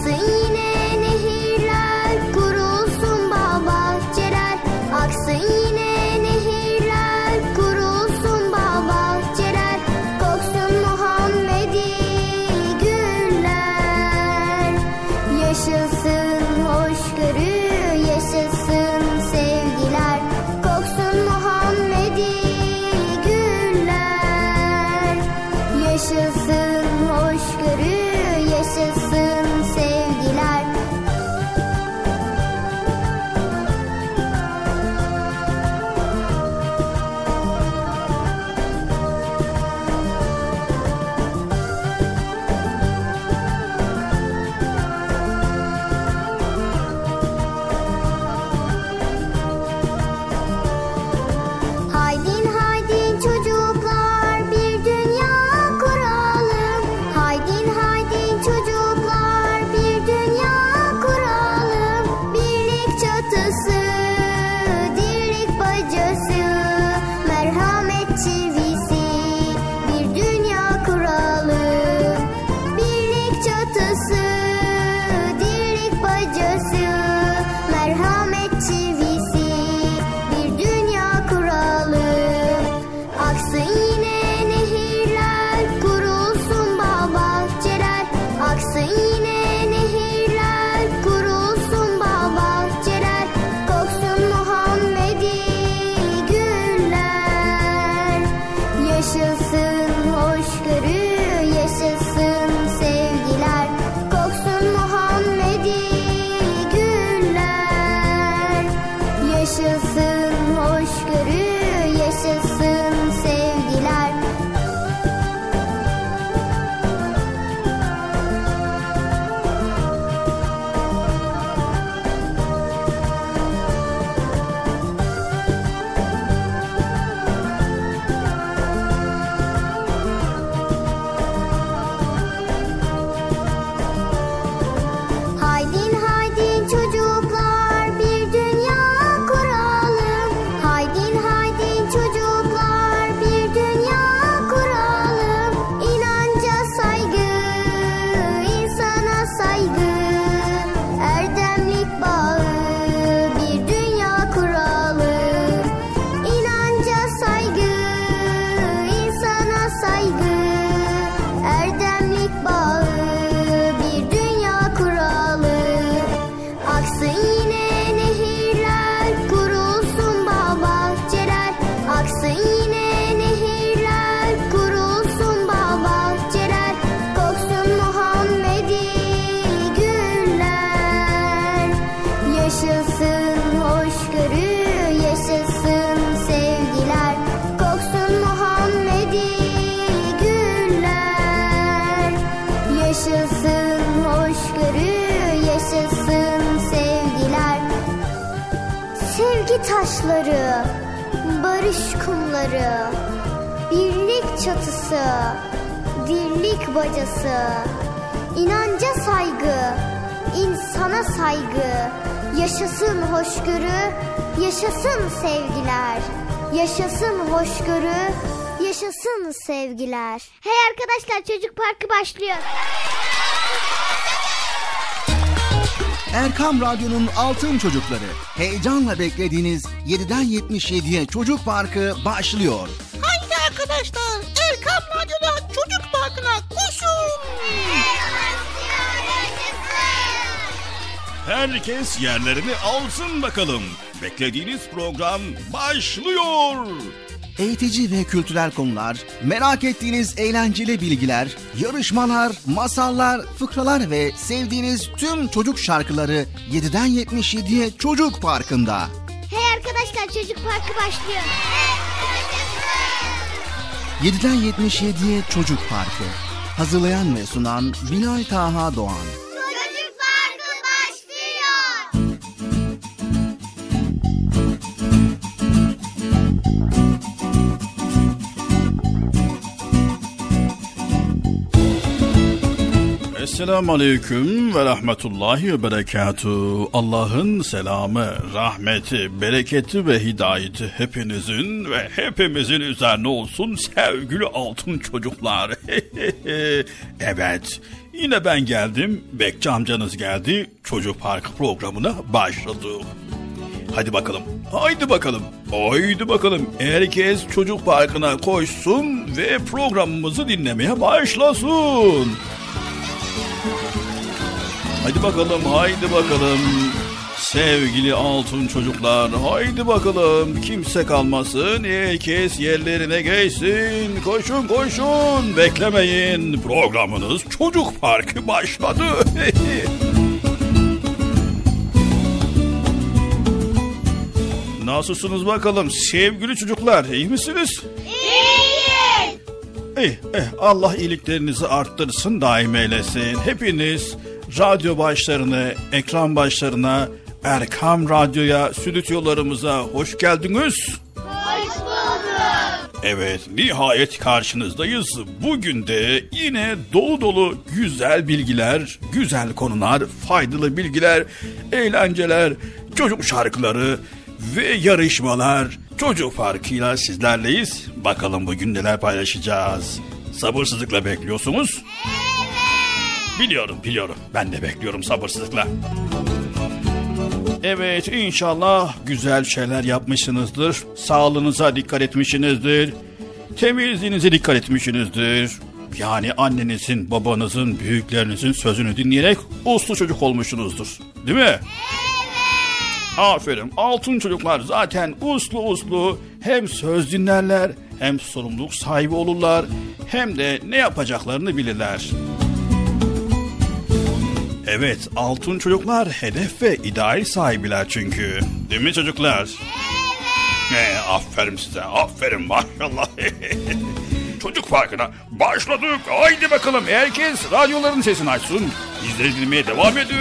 Aksın yine nehirler, kurulsun bağ bahçeler. Aksın yine nehirler, kurulsun bağ bahçeler. Koksun Muhammedi güller. Yaşasın hoşgörü, yaşasın sevgiler. Koksun Muhammedi güller. Yaşasın hoşgörü, yaşasın sevgiler. Haydin haydin çocuklar, bir dünya kuralım. Haydin haydin çocuklar, bir dünya kuralım. Birlik çatısı, dirlik bacası, merhamet çivisi, bir dünya kuralım. Birlik çatısı, dirlik bacası, merhamet çivisi, bir dünya kuralım. Aksın yine nehirler, kurulsun bağ bahçeler. Aksın yine nehirler, kurulsun bağ bahçeler. Koksun Muhammedi güller. Yaşasın hoşgörü, yaşasın sevgiler. Koksun Muhammedi güller. Yaşasın hoşgörü, yaşasın sevgiler. Haydin haydin çocuklar, bir dünya kuralım. Haydin haydin çocuklar, bir dünya kuralım. İnanca saygı, insana saygı, erdemlik bağı, bir dünya kuralım. İnanca saygı, insana saygı, erdemlik bağı, bir dünya kuralım. Aksın yine nehirler, kurulsun bağ bahçeler. Aksın yine nehirler, kurulsun bağ bahçeler. Koksun Muhammedi güller. Yaşasın hoşgörü, yaşasın sevgiler. Koksun Muhammedi güller. Yaşasın hoşgörü, yaşasın sevgiler. Sevgi taşları, barış kumları, birlik çatısı, dirlik bacası, inanca saygı, insana saygı. Yaşasın hoşgörü, yaşasın sevgiler. Yaşasın hoşgörü, yaşasın sevgiler. Hey arkadaşlar, Çocuk Parkı başlıyor. Erkam Radyo'nun Altın Çocukları. Heyecanla beklediğiniz 7'den 77'ye Çocuk Parkı başlıyor. Haydi arkadaşlar, Erkam Radyo'da Çocuk Parkı'na koşun. Herkes yerlerini alsın bakalım. Beklediğiniz program başlıyor. Eğitici ve kültürel konular, merak ettiğiniz eğlenceli bilgiler, yarışmalar, masallar, fıkralar ve sevdiğiniz tüm çocuk şarkıları 7'den 77'ye Çocuk Parkı'nda. Hey arkadaşlar, Çocuk Parkı başlıyor. 7'den 77'ye Çocuk Parkı. Hazırlayan ve sunan Bilal Taha Doğan. Çocuk Parkı başlıyor. Esselamu Aleyküm ve Rahmetullahi ve Berekatuhu. Allah'ın selamı, rahmeti, bereketi ve hidayeti hepinizin ve hepimizin üzerine olsun sevgili altın çocuklar. Evet, yine ben geldim. Bekçi amcanız geldi. Çocuk Parkı programına başladık. Hadi bakalım. Haydi bakalım. Haydi bakalım. Herkes Çocuk Parkı'na koşsun ve programımızı dinlemeye başlasın. Haydi bakalım, haydi bakalım. Sevgili altın çocuklar, haydi bakalım. Kimse kalmasın, herkes yerlerine geçsin. Koşun koşun, beklemeyin. Programınız Çocuk Parkı başladı. Nasılsınız bakalım sevgili çocuklar, iyi misiniz? İyiyiz. Allah iyiliklerinizi arttırsın, daim eylesin. Hepiniz radyo başlarına, ekran başlarına, Erkam Radyo'ya, stüdyolarımıza hoş geldiniz. Hoş bulduk. Evet, nihayet karşınızdayız. Bugün de yine dolu dolu güzel bilgiler, güzel konular, faydalı bilgiler, eğlenceler, çocuk şarkıları ve yarışmalar, Çocuk Parkı'yla sizlerleyiz. Bakalım bugün neler paylaşacağız. Sabırsızlıkla bekliyorsunuz. Evet. Biliyorum. Ben de bekliyorum sabırsızlıkla. Evet, inşallah güzel şeyler yapmışsınızdır. Sağlığınıza dikkat etmişsinizdir. Temizliğinize dikkat etmişsinizdir. Yani annenizin, babanızın, büyüklerinizin sözünü dinleyerek uslu çocuk olmuşsunuzdur. Değil mi? Evet. Aferin. Altın çocuklar zaten uslu hem söz dinlerler, hem sorumluluk sahibi olurlar, hem de ne yapacaklarını bilirler. Evet, altın çocuklar hedef ve ideal sahibiler çünkü. Değil mi çocuklar? Evet. Aferin size, aferin maşallah. Çocuk Parkı'na başladık. Haydi bakalım, herkes radyoların sesini açsın. Bizleri dinlemeye devam edin.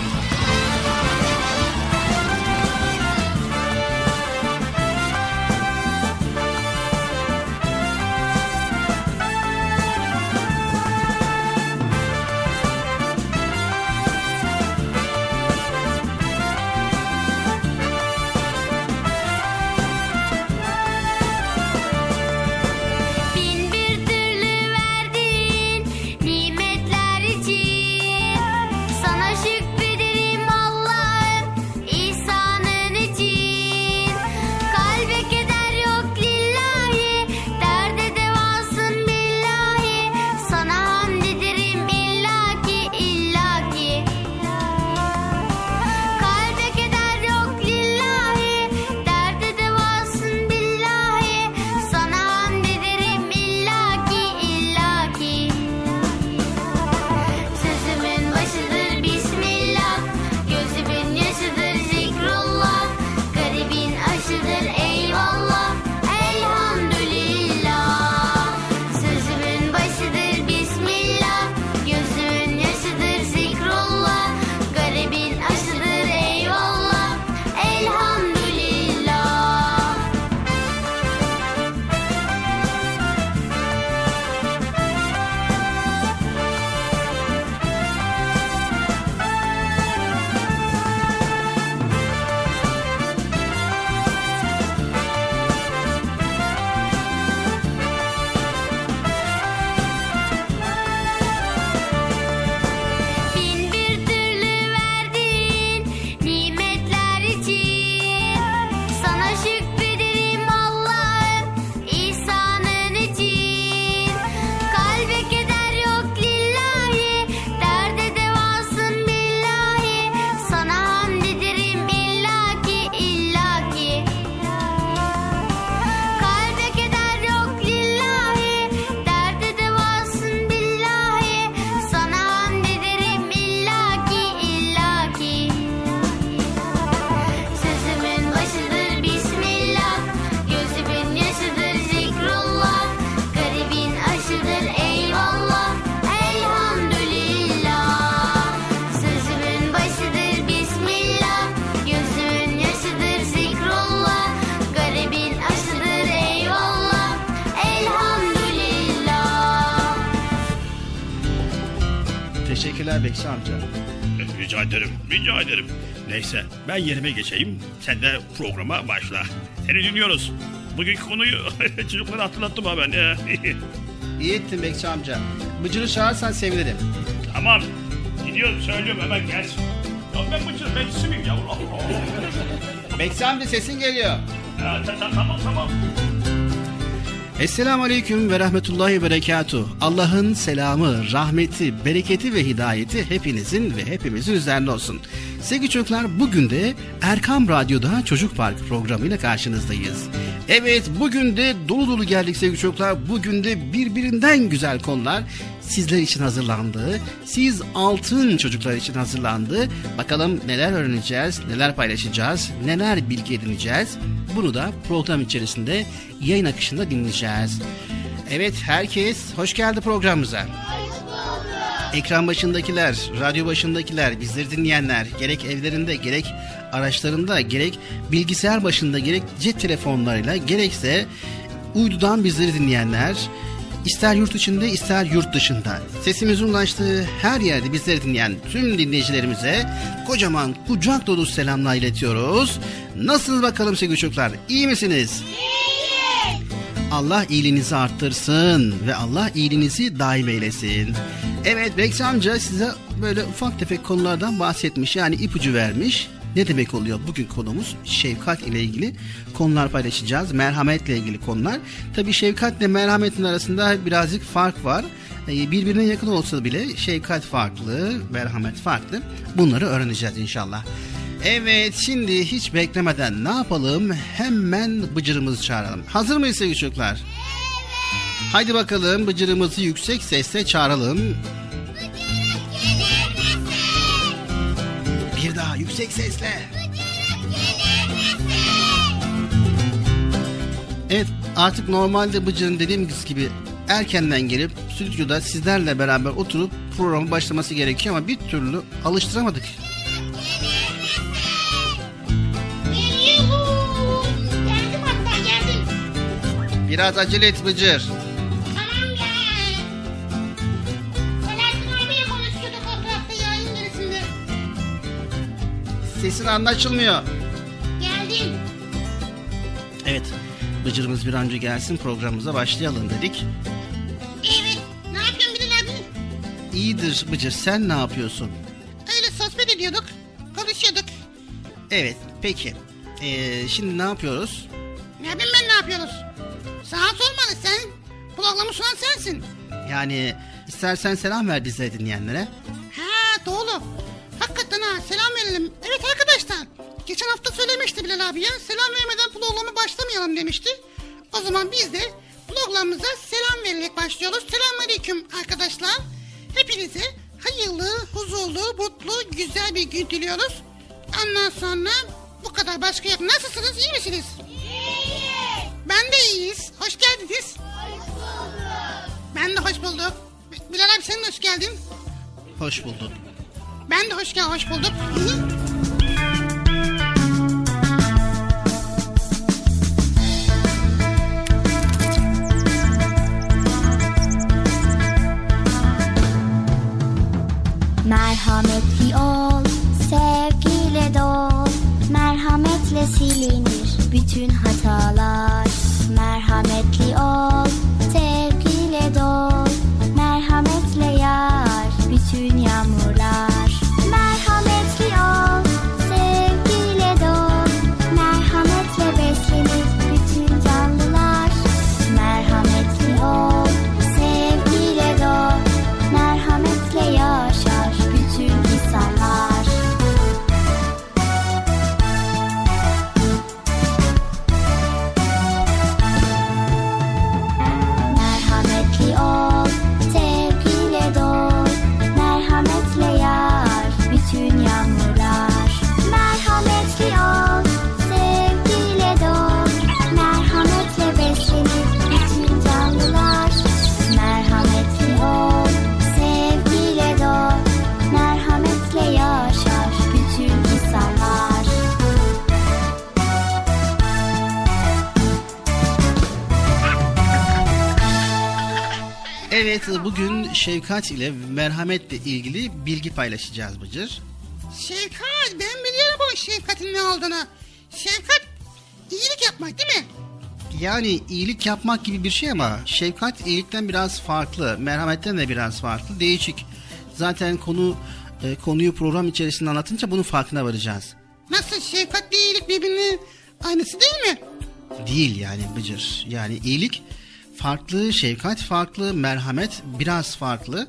Teşekkürler Bekçi amca. Rica ederim. Neyse, ben yerime geçeyim. Sen de programa başla. Seni dinliyoruz. Bugünkü konuyu çocuklara hatırlattım ha ben. İyi ettin Bekçi amca. Bıcır'ı çağırsan sevinirim. Tamam. Gidiyorum söylüyorum hemen gelsin. Ya ben Bıcır bekçisi miyim ya? Bekçi amca sesin geliyor. Ya, tamam. Esselamu Aleyküm ve Rahmetullahi ve Berekatuh. Allah'ın selamı, rahmeti, bereketi ve hidayeti hepinizin ve hepimizin üzerine olsun. Sevgili çocuklar, bugün de Erkam Radyo'da Çocuk Park programıyla karşınızdayız. Evet, bugün de dolu dolu geldik sevgili çocuklar. Bugün de birbirinden güzel konular sizler için hazırlandı. Siz altın çocuklar için hazırlandı. Bakalım neler öğreneceğiz, neler paylaşacağız, neler bilgi edineceğiz. Bunu da program içerisinde yayın akışında dinleyeceğiz. Evet, herkes hoş geldi programımıza. Ekran başındakiler, radyo başındakiler, bizleri dinleyenler, gerek evlerinde, gerek araçlarında, gerek bilgisayar başında, gerek cep telefonlarıyla, gerekse uydudan bizleri dinleyenler, ister yurt içinde, ister yurt dışında, sesimizin ulaştığı her yerde bizleri dinleyen tüm dinleyicilerimize kocaman kucak dolusu selamlar iletiyoruz. Nasılsınız bakalım sevgili çocuklar? İyi misiniz? İyi. Allah iyiliğinizi arttırsın ve Allah iyiliğinizi daim eylesin. Evet, Bekçi amca size böyle ufak tefek konulardan bahsetmiş, yani ipucu vermiş. Ne demek oluyor? Bugün konumuz şefkat ile ilgili konular paylaşacağız. Merhametle ilgili konular. Tabii şefkatle merhametin arasında birazcık fark var. Birbirine yakın olsa bile şefkat farklı, merhamet farklı. Bunları öğreneceğiz inşallah. Evet, şimdi hiç beklemeden ne yapalım? Hemen Bıcır'ımızı çağıralım. Hazır mıyız sevgili çocuklar? Evet. Haydi bakalım, Bıcır'ımızı yüksek sesle çağıralım. Bir daha yüksek sesle. Evet, artık normalde Bıcır'ın dediğimiz gibi erkenden gelip stüdyoda sizlerle beraber oturup programın başlaması gerekiyor ama bir türlü alıştıramadık. Geldim hatta geldim. Biraz acele et Bıcır. Tamam ya. Selahattin abiyle konuşuyorduk o tarafta yayın gerisinde. Sesin anlaşılmıyor. Geldim. Evet, Bıcır'ımız bir an önce gelsin, programımıza başlayalım dedik. Evet. Ne yapıyorsun Bilal abi? İyidir Bıcır, sen ne yapıyorsun? Öyle sohbet ediyorduk, konuşuyorduk. Evet, peki. Şimdi ne yapıyoruz? Ne bileyim ben ne yapıyoruz? Sana sormalı, sen programı sunan sensin. Yani istersen selam ver bizleri dinleyenlere. Ha doğru. Hakikaten ha, selam verelim. Evet arkadaşlar, geçen hafta söylemişti Bilal abi ya, selam vermeden programa başlamayalım demişti. O zaman biz de programımıza selam vererek başlıyoruz. Selamünaleyküm arkadaşlar. Hepinize hayırlı, huzurlu, mutlu, güzel bir gün diliyoruz. Ondan sonra bu kadar, başka yok. Nasılsınız, iyi misiniz? İyi. Ben de iyiyiz. Hoş geldiniz. Hoş bulduk. Ben de hoş bulduk. Bilal abi sen de hoş geldin. Hoş bulduk. Ben de hoş bulduk. Hı-hı. Merhametli ol, sevgiyle dol, merhametle silinir bütün hatalar. Merhametli ol, sevgiyle dol, merhametle yağar bütün yağmurlar. Merhametli ol, sevgiyle dol, merhametle beslenir bütün canlılar. Merhametli ol, sevgiyle dol, merhametle yaşar bütün insanlar. Merhametli ol, sevgiyle dol, merhametle yağar bütün yağmurlar. Merhametli ol, sevgiyle dol, merhametle beslenir bütün canlılar. Merhametli ol, sevgiyle dol, merhametle yaşar bütün insanlar. Evet, bugün şefkat ile merhametle ilgili bilgi paylaşacağız Bıcır. Şefkat, ben biliyorum o şefkatin ne olduğunu. Şefkat, iyilik yapmak değil mi? Yani iyilik yapmak gibi bir şey ama şefkat iyilikten biraz farklı, merhametten de biraz farklı, değişik. Zaten konuyu program içerisinde anlatınca bunun farkına varacağız. Nasıl şefkat ve iyilik birbirinin aynısı değil mi? Değil yani Bıcır. Yani iyilik farklı, şefkat farklı, merhamet biraz farklı.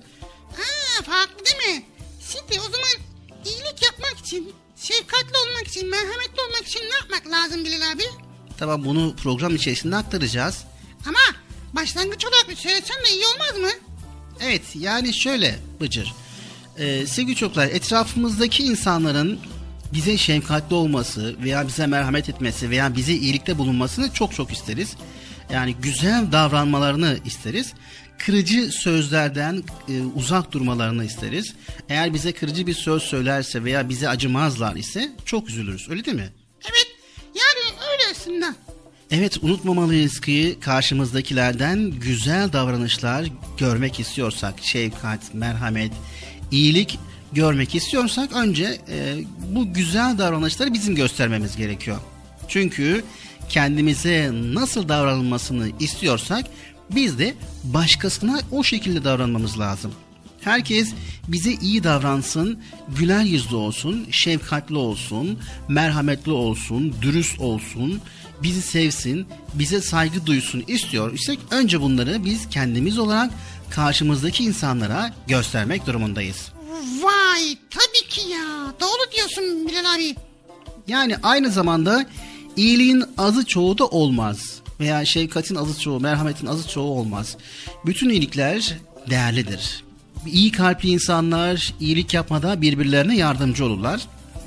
Ha, farklı değil mi? Şimdi o zaman iyilik yapmak için, şefkatli olmak için, merhametli olmak için ne yapmak lazım Bilal abi? Tamam, bunu program içerisinde aktaracağız. Ama başlangıç olarak bir söylesen de iyi olmaz mı? Evet, yani şöyle Bıcır. Sevgili çocuklar, etrafımızdaki insanların bize şefkatli olması veya bize merhamet etmesi veya bize iyilikte bulunmasını çok çok isteriz. Yani güzel davranmalarını isteriz. Kırıcı sözlerden uzak durmalarını isteriz. Eğer bize kırıcı bir söz söylerse veya bize acımazlar ise çok üzülürüz, öyle değil mi? Evet, yani öyle aslında. Evet, unutmamalıyız ki karşımızdakilerden güzel davranışlar görmek istiyorsak, şefkat, merhamet, iyilik görmek istiyorsak önce bu güzel davranışları bizim göstermemiz gerekiyor. Çünkü kendimize nasıl davranılmasını istiyorsak biz de başkasına o şekilde davranmamız lazım. Herkes bize iyi davransın, güler yüzlü olsun, şefkatli olsun, merhametli olsun, dürüst olsun, bizi sevsin, bize saygı duysun istiyor isek önce bunları biz kendimiz olarak karşımızdaki insanlara göstermek durumundayız. Vay, tabii ki ya. Doğru diyorsun Bilal abi. Yani aynı zamanda iyiliğin azı çoğu da olmaz. Veya şefkatin azı çoğu, merhametin azı çoğu olmaz. Bütün iyilikler değerlidir. İyi kalpli insanlar iyilik yapmada birbirlerine yardımcı olurlar.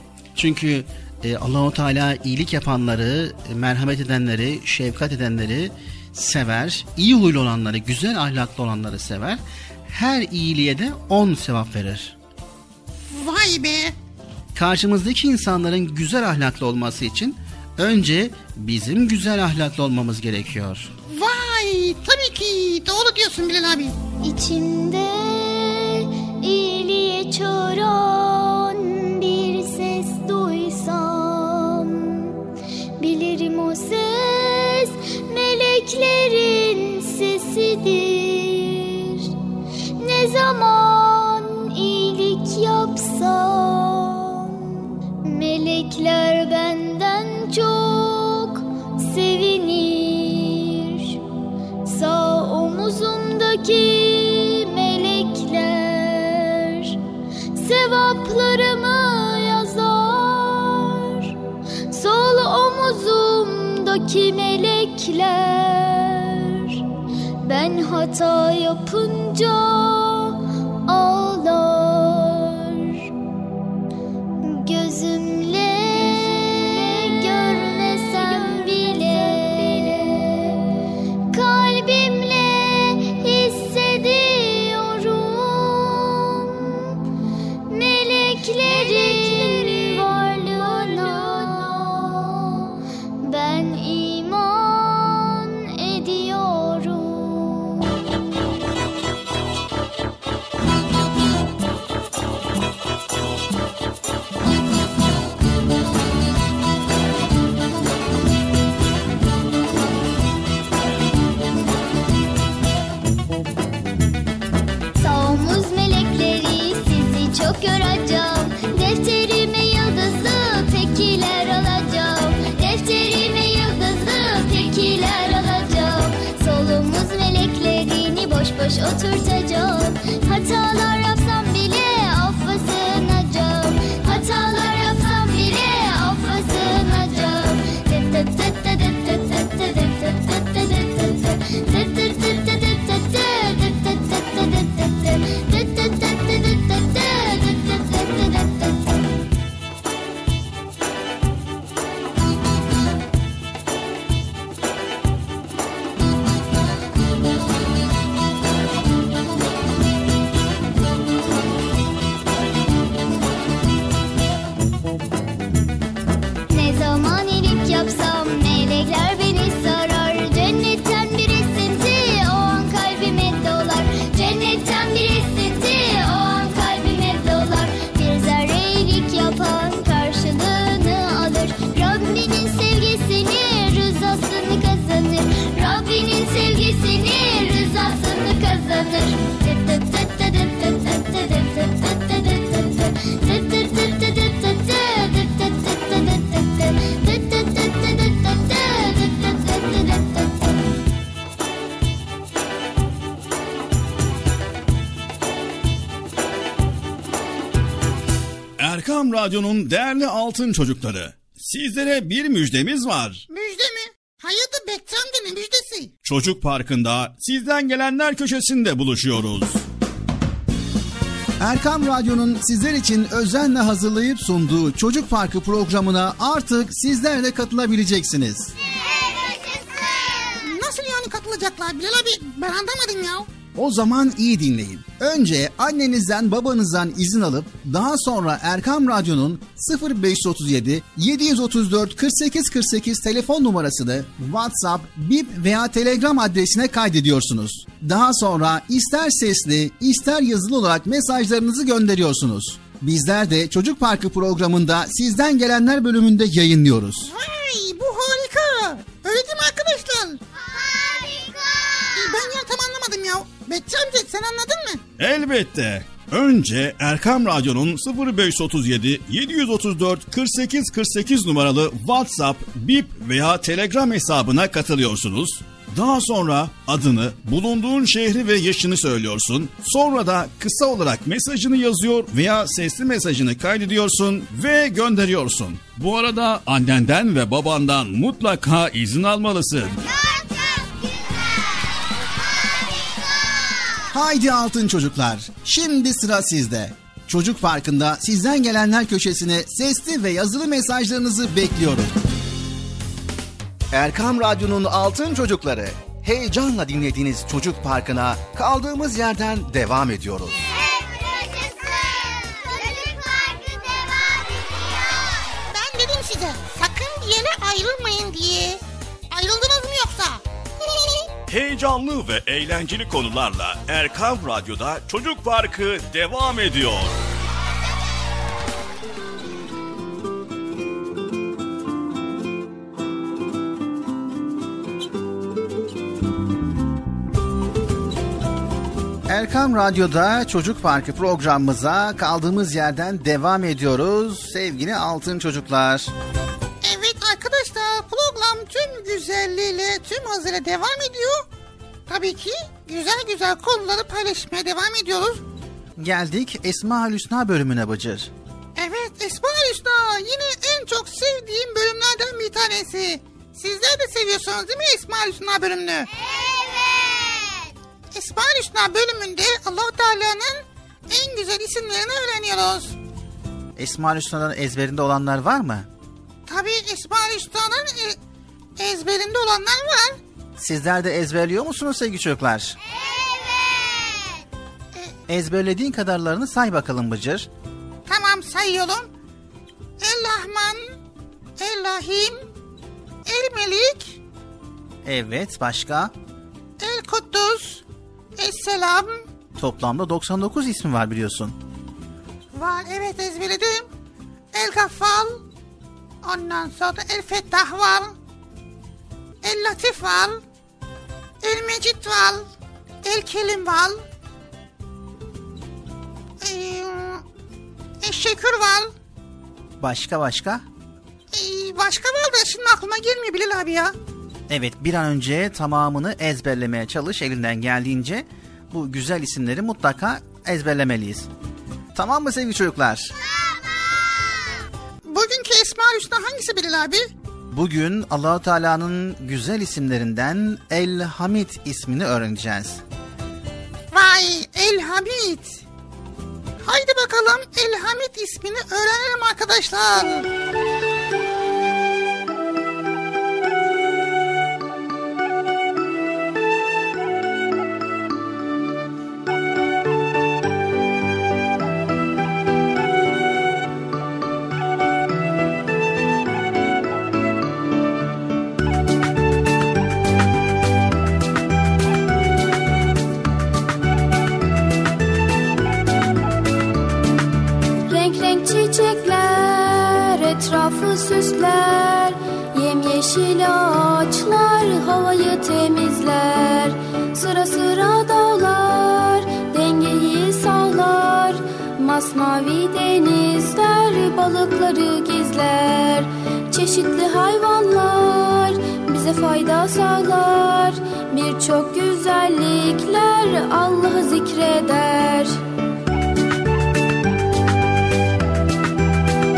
Çünkü Allah-u Teala iyilik yapanları, merhamet edenleri, şefkat edenleri sever. İyi huylu olanları, güzel ahlaklı olanları sever. Her iyiliğe de 10 sevap verir. Vay be. Karşımızdaki insanların güzel ahlaklı olması için önce bizim güzel ahlaklı olmamız gerekiyor. Vay, tabii ki doğru diyorsun Bilal abi. İçimde iyiliğe çağıran bir ses duysam, bilirim o ses meleklerin sesidir. Ne zaman iyilik yapsam, melekler benden çok sevinir. Sağ omuzumdaki melekler sevaplarımı yazar. Sol omuzumdaki melekler ben hata yapınca ağlar. Gözümle görmesem bile kalbimle hissediyorum meleklerin varlığına. Ben iman ediyorum. Erkam Radyo'nun değerli altın çocukları, sizlere bir müjdemiz var. Müjde mi? Hayırdır Bekçi amca, ne müjdesi? Çocuk Parkı'nda sizden gelenler köşesinde buluşuyoruz. Erkam Radyo'nun sizler için özenle hazırlayıp sunduğu Çocuk Parkı programına artık sizler de katılabileceksiniz. Nasıl yani katılacaklar Bilal abi? Ben anlamadım ya. O zaman iyi dinleyin. Önce annenizden babanızdan izin alıp daha sonra Erkam Radyo'nun 0537 734 48 48 telefon numarasını WhatsApp, Bip veya Telegram adresine kaydediyorsunuz. Daha sonra ister sesli ister yazılı olarak mesajlarınızı gönderiyorsunuz. Bizler de Çocuk Parkı programında sizden gelenler bölümünde yayınlıyoruz. Vay, bu harika. Öyle değil mi arkadaşlar? Harika. Ben ya tam anlamadım ya. Bekçi amca sen anladın mı? Elbette. Önce Erkam Radyo'nun 0537 734 48 48 numaralı WhatsApp, Bip veya Telegram hesabına katılıyorsunuz. Daha sonra adını, bulunduğun şehri ve yaşını söylüyorsun. Sonra da kısa olarak mesajını yazıyor veya sesli mesajını kaydediyorsun ve gönderiyorsun. Bu arada annenden ve babandan mutlaka izin almalısın. Haydi altın çocuklar, şimdi sıra sizde. Çocuk Parkı'nda sizden gelenler köşesine sesli ve yazılı mesajlarınızı bekliyoruz. Erkam Radyo'nun altın çocukları, heyecanla dinlediğiniz Çocuk Parkı'na kaldığımız yerden devam ediyoruz. Çocuk Parkı devam ediyor. Ben dedim size sakın bir yere ayrılmayın diye. Ayrıldınız mı yoksa? Heyecanlı ve eğlenceli konularla Erkam Radyo'da Çocuk Parkı devam ediyor. Erkam Radyo'da Çocuk Parkı programımıza kaldığımız yerden devam ediyoruz sevgili altın çocuklar. Evet arkadaşlar, program tüm güzelliğiyle, tüm hızıyla devam ediyor. Tabii ki güzel konuları paylaşmaya devam ediyoruz. Geldik Esma-ül Hüsna bölümüne Bıcır. Evet, Esma-ül Hüsna yine en çok sevdiğim bölümlerden bir tanesi. Sizler de seviyorsunuz değil mi Esma-ül Hüsna bölümünü? Evet. Esma-ül Hüsna bölümünde Allah-u Teala'nın en güzel isimlerini öğreniyoruz. Esma-ül Hüsna'dan ezberinde olanlar var mı? Tabii Esma-ül Hüsna'nın ezberinde olanlar var. Sizler de ezberliyor musunuz sevgili çocuklar? Evet. Ezberlediğin kadarlarını say bakalım Bıcır. Tamam, sayıyorum. El-Rahman, El-Rahim, El-Melik, Evet, başka? El-Kuddus, Es-Selam. Toplamda 99 ismi var biliyorsun. Var, evet ezberledim. El-Gaffal, ondan sonra El-Fettah var. El-Latif var. El-Mecid var. El-Kelim var. El-Şekür var. Başka? Başka var da şimdi aklıma gelmiyor Bilal abi ya. Evet, bir an önce tamamını ezberlemeye çalış elinden geldiğince. Bu güzel isimleri mutlaka ezberlemeliyiz. Tamam mı sevgili çocuklar? Bugünkü Esma-ül Hüsna hangisi Bilal abi? Bugün Allah-u Teala'nın güzel isimlerinden El-Hamid ismini öğreneceğiz. Vay, El-Hamid. Haydi bakalım El-Hamid ismini öğrenelim arkadaşlar. etrafı süsler, yemyeşil ağaçlar havayı temizler. Sıra sıra dağlar dengeyi sağlar, masmavi denizler balıkları gizler. Çeşitli hayvanlar bize fayda sağlar, birçok güzellikler Allah'ı zikreder.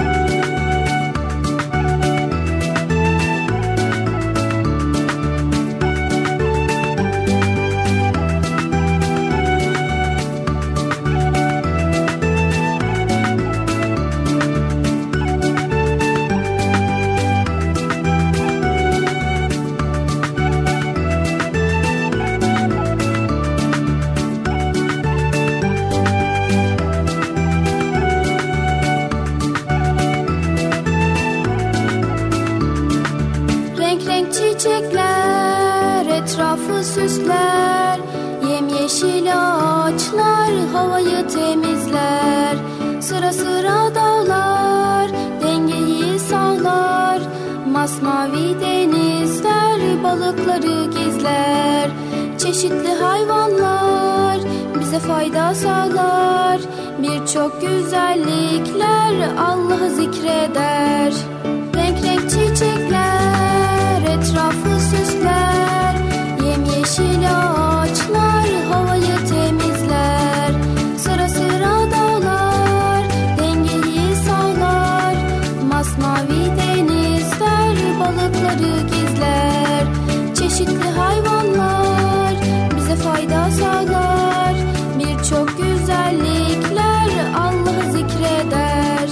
renk çiçekler etrafı süsler, yemyeşil ağaçlar havayı temizler. Sıra sıra dağlar dengeyi sağlar, masmavi denizler balıkları gizler. Çeşitli hayvanlar bize fayda sağlar, birçok güzellikler Allah'ı zikreder. Renk renk çiçekler etrafı süsler, yemyeşil ağaçlar havayı temizler. Sıra sıra dağlar dengeyi sağlar, masmavi denizler balıkları gizler. Çeşitli hayvanlar bize fayda sağlar, birçok güzellikler Allah'ı zikreder.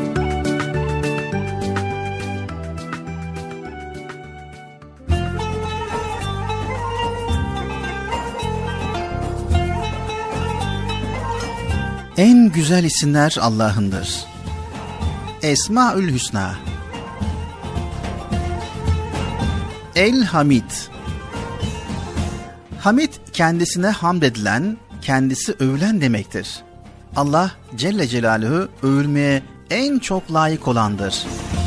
En güzel isimler Allah'ındır. Esmaül Hüsna. El Hamid. Hamid kendisine hamd edilen, kendisi övülen demektir. Allah Celle Celaluhu övülmeye en çok layık olandır.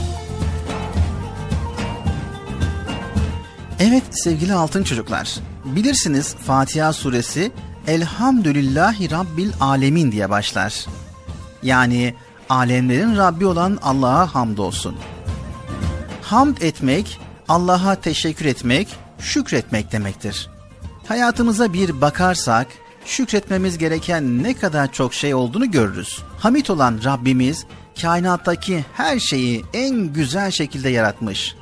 Evet sevgili altın çocuklar, bilirsiniz Fatiha suresi Elhamdülillahi Rabbil Alemin diye başlar. Yani alemlerin Rabbi olan Allah'a hamdolsun. Hamd etmek, Allah'a teşekkür etmek, şükretmek demektir. Hayatımıza bir bakarsak, şükretmemiz gereken ne kadar çok şey olduğunu görürüz. Hamid olan Rabbimiz, kainattaki her şeyi en güzel şekilde yaratmış.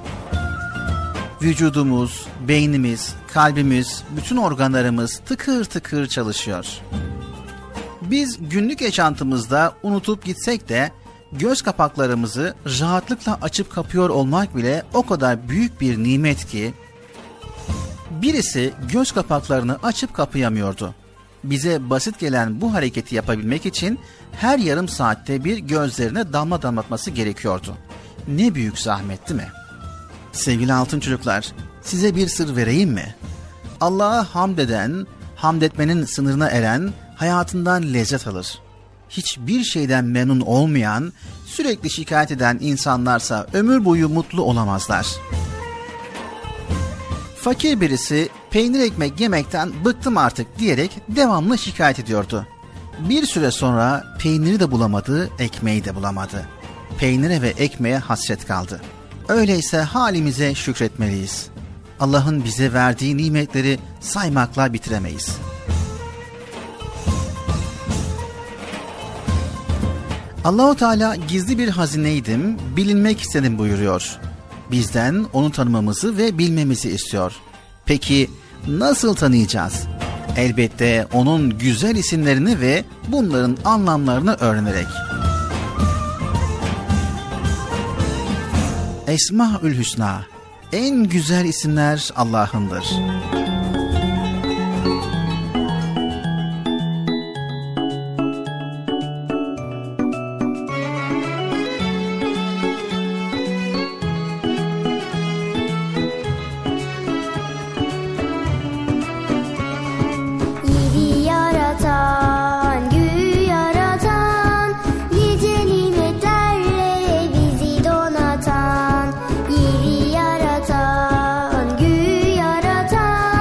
Vücudumuz, beynimiz, kalbimiz, bütün organlarımız tıkır tıkır çalışıyor. Biz günlük yaşantımızda unutup gitsek de göz kapaklarımızı rahatlıkla açıp kapıyor olmak bile o kadar büyük bir nimet ki, birisi göz kapaklarını açıp kapayamıyordu. Bize basit gelen bu hareketi yapabilmek için her yarım saatte bir gözlerine damla damlatması gerekiyordu. Ne büyük zahmet değil mi? Sevgili altın çocuklar, size bir sır vereyim mi? Allah'a hamd eden, hamd etmenin sınırına eren hayatından lezzet alır. Hiçbir şeyden memnun olmayan, sürekli şikayet eden insanlarsa ömür boyu mutlu olamazlar. Fakir birisi peynir ekmek yemekten bıktım artık diyerek devamlı şikayet ediyordu. Bir süre sonra peyniri de bulamadı, ekmeği de bulamadı. Peynire ve ekmeğe hasret kaldı. Öyleyse halimize şükretmeliyiz. Allah'ın bize verdiği nimetleri saymakla bitiremeyiz. Allah-u Teala gizli bir hazineydim, bilinmek istedim buyuruyor. Bizden onu tanımamızı ve bilmemizi istiyor. Peki nasıl tanıyacağız? Elbette onun güzel isimlerini ve bunların anlamlarını öğrenerek. Esmaül Hüsna, en güzel isimler Allah'ındır. Yaratan,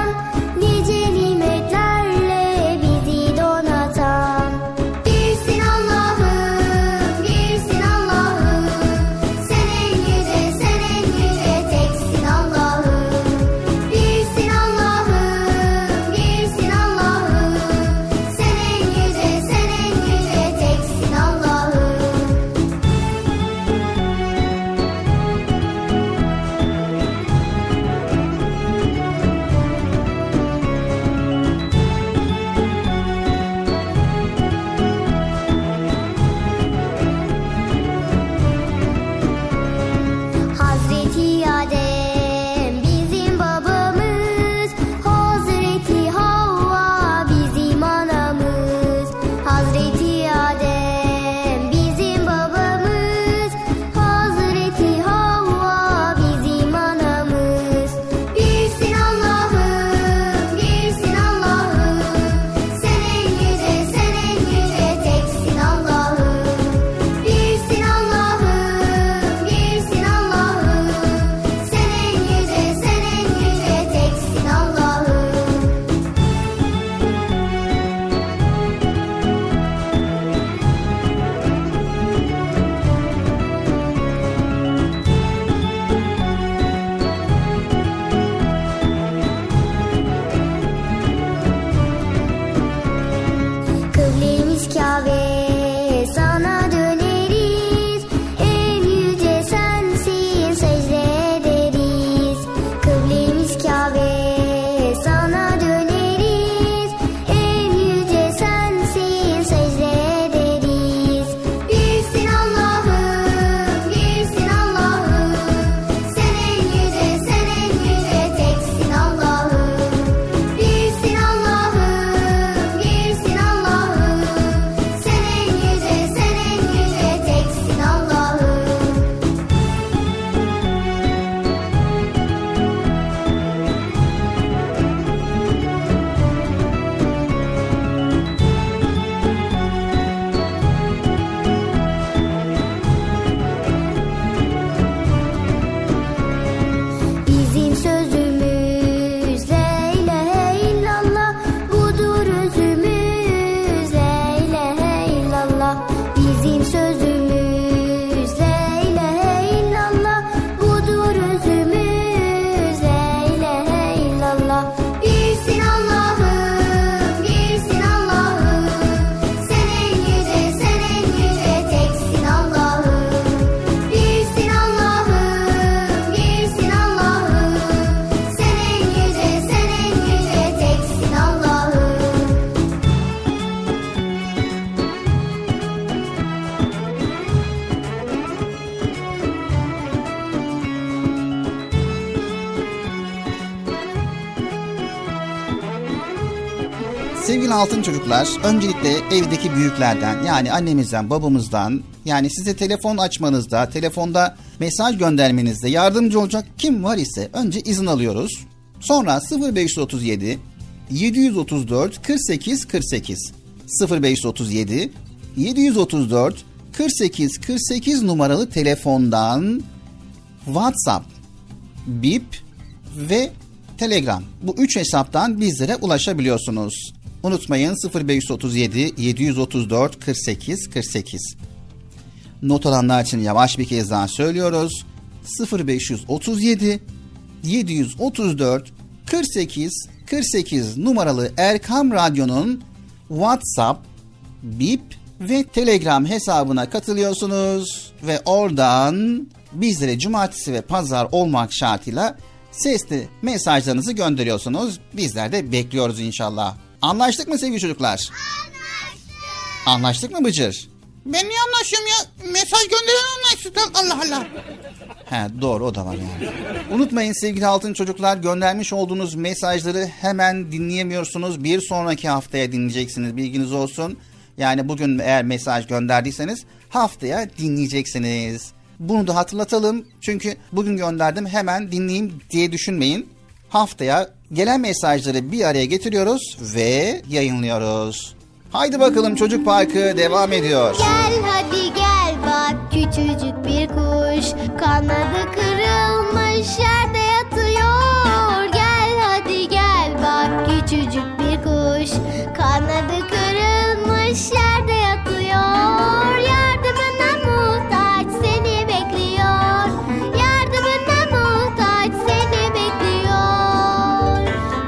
Sevgili altın çocuklar, öncelikle evdeki büyüklerden, yani annemizden, babamızdan, yani size telefon açmanızda, telefonda mesaj göndermenizde yardımcı olacak kim var ise önce izin alıyoruz. Sonra 0537 734 48 48 0537 734 48 48 numaralı telefondan WhatsApp, Bip ve Telegram, bu 3 hesaptan bizlere ulaşabiliyorsunuz. Unutmayın, 0537 734 48 48. Not alanlar için yavaş bir kez daha söylüyoruz. 0537 734 48 48 numaralı Erkam Radyo'nun WhatsApp, Bip ve Telegram hesabına katılıyorsunuz ve oradan bizlere cumartesi ve pazar olmak şartıyla sesli mesajlarınızı gönderiyorsunuz. Bizler de bekliyoruz inşallah. Anlaştık mı sevgili çocuklar? Anlaştık. Anlaştık mı Bıcır? Ben niye anlaşıyorum ya? Mesaj gönderen anlaşsın. Allah Allah. He, doğru, o da var yani. Unutmayın sevgili altın çocuklar, göndermiş olduğunuz mesajları hemen dinleyemiyorsunuz. Bir sonraki haftaya dinleyeceksiniz, bilginiz olsun. Yani bugün eğer mesaj gönderdiyseniz haftaya dinleyeceksiniz. Bunu da hatırlatalım. Çünkü bugün gönderdim, hemen dinleyeyim diye düşünmeyin. Haftaya gelen mesajları bir araya getiriyoruz ve yayınlıyoruz. Haydi bakalım, Çocuk Parkı devam ediyor. Gel hadi gel bak, küçücük bir kuş, kanadı kırılmış yerde yatıyor. Gel hadi gel bak, küçücük bir kuş, kanadı kırılmış yerde yatıyor. Yardımına muhtaç seni bekliyor. Yardımına muhtaç seni bekliyor.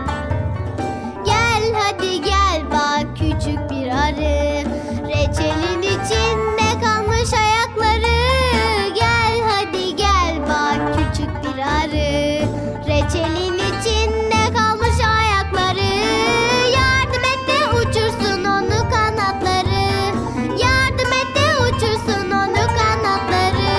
Gel hadi gel bak, küçük bir arı, reçelin içinde kalmış ayakları. Gel hadi gel bak, küçük bir arı, reçelin içinde kalmış ayakları. Yardım et de uçursun onu kanatları. Yardım et de uçursun onu kanatları.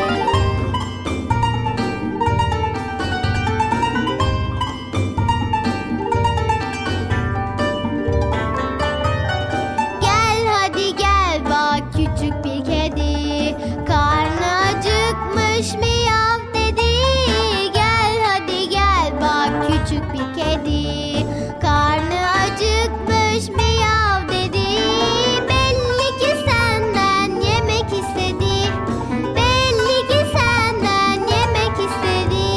Gel hadi gel bak, küçük bir kedi, karnı acıkmış miyav dedi. Gel hadi gel bak, küçük bir kedi, karnı acıkmış miyav dedi. Belli ki senden yemek istedi. Belli ki senden yemek istedi.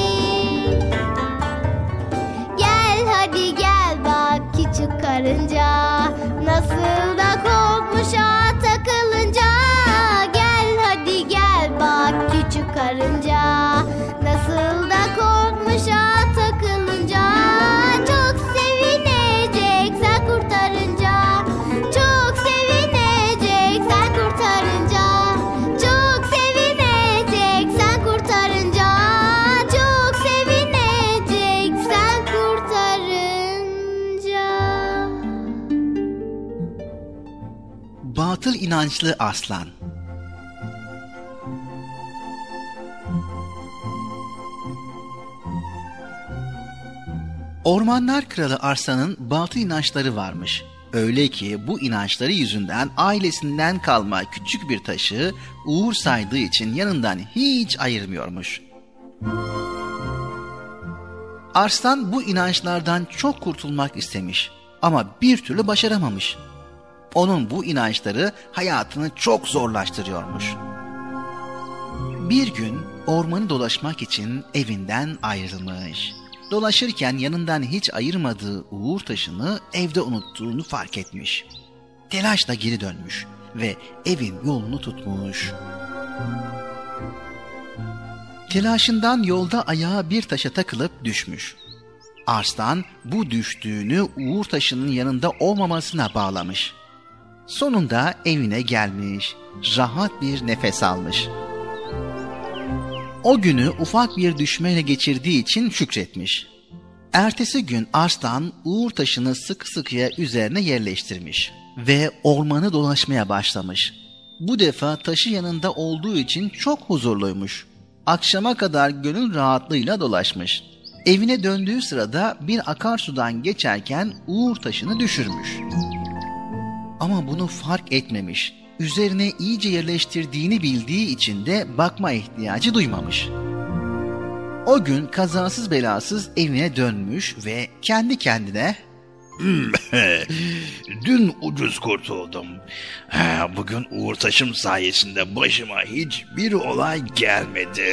Gel hadi gel bak, küçük karınca, nasıl da korkmuş ağa takılınca. Gel hadi gel bak, küçük karınca, nasıl da korkmuş ağa takılınca. Çok sevinecek sen kurtarınca. Çok sevinecek sen kurtarınca. Çok sevinecek sen kurtarınca. Çok sevinecek sen kurtarınca. Batıl inançlı aslan. Ormanlar Kralı Arslan'ın batıl inançları varmış. Öyle ki bu inançları yüzünden ailesinden kalma küçük bir taşı uğur saydığı için yanından hiç ayırmıyormuş. Arslan bu inançlardan çok kurtulmak istemiş ama bir türlü başaramamış. Onun bu inançları hayatını çok zorlaştırıyormuş. Bir gün ormanı dolaşmak için evinden ayrılmış. Dolaşırken yanından hiç ayırmadığı uğur taşını evde unuttuğunu fark etmiş. Telaşla geri dönmüş ve evin yolunu tutmuş. Telaşından yolda ayağı bir taşa takılıp düşmüş. Arslan bu düştüğünü uğur taşının yanında olmamasına bağlamış. Sonunda evine gelmiş, rahat bir nefes almış. O günü ufak bir düşmeyle geçirdiği için şükretmiş. Ertesi gün Arslan uğur taşını sıkı sıkıya üzerine yerleştirmiş ve ormanı dolaşmaya başlamış. Bu defa taşı yanında olduğu için çok huzurluymuş. Akşama kadar gönül rahatlığıyla dolaşmış. Evine döndüğü sırada bir akarsudan geçerken uğur taşını düşürmüş. Ama bunu fark etmemiş. Üzerine iyice yerleştirdiğini bildiği için de bakma ihtiyacı duymamış. O gün kazasız belasız evine dönmüş ve kendi kendine Dün ucuz kurtuldum. Bugün uğur taşım sayesinde başıma hiçbir olay gelmedi.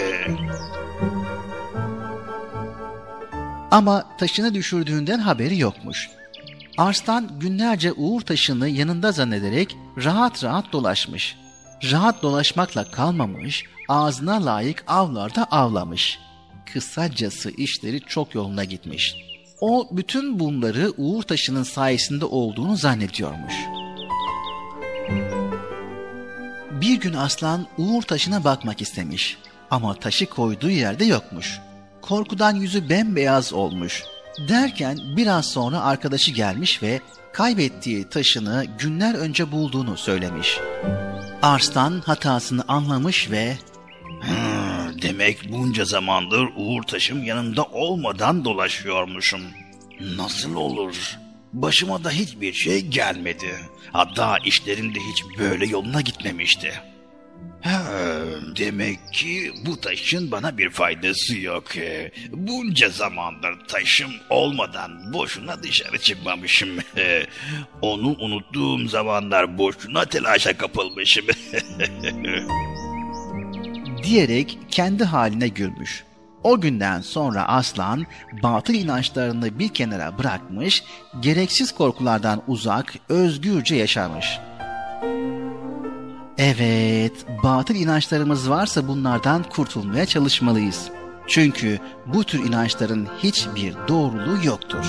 Ama taşını düşürdüğünden haberi yokmuş. Arslan günlerce uğur taşını yanında zannederek rahat rahat dolaşmış. Rahat dolaşmakla kalmamış, ağzına layık avlarda avlamış. Kısacası işleri çok yoluna gitmiş. O bütün bunları uğur taşının sayesinde olduğunu zannediyormuş. Bir gün aslan uğur taşına bakmak istemiş ama taşı koyduğu yerde yokmuş. Korkudan yüzü bembeyaz olmuş. Derken biraz sonra arkadaşı gelmiş ve kaybettiği taşını günler önce bulduğunu söylemiş. Arslan hatasını anlamış ve Demek bunca zamandır uğur taşım yanımda olmadan dolaşıyormuşum. Nasıl olur? Başıma da hiçbir şey gelmedi. Hatta işlerim de hiç böyle yoluna gitmemişti. Demek ki bu taşın bana bir faydası yok. Bunca zamandır taşım olmadan boşuna dışarı çıkmamışım. Onu unuttuğum zamanlar boşuna telaşa kapılmışım. diyerek kendi haline gülmüş. O günden sonra aslan batıl inançlarını bir kenara bırakmış, gereksiz korkulardan uzak, özgürce yaşamış. Evet, batıl inançlarımız varsa bunlardan kurtulmaya çalışmalıyız. Çünkü bu tür inançların hiçbir doğruluğu yoktur.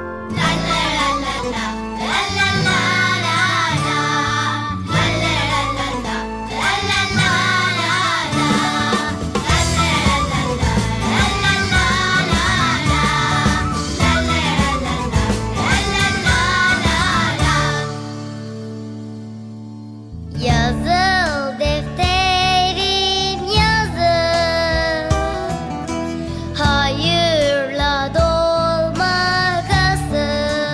Yazıl defterim yazıl, hayırla dolmak asıl.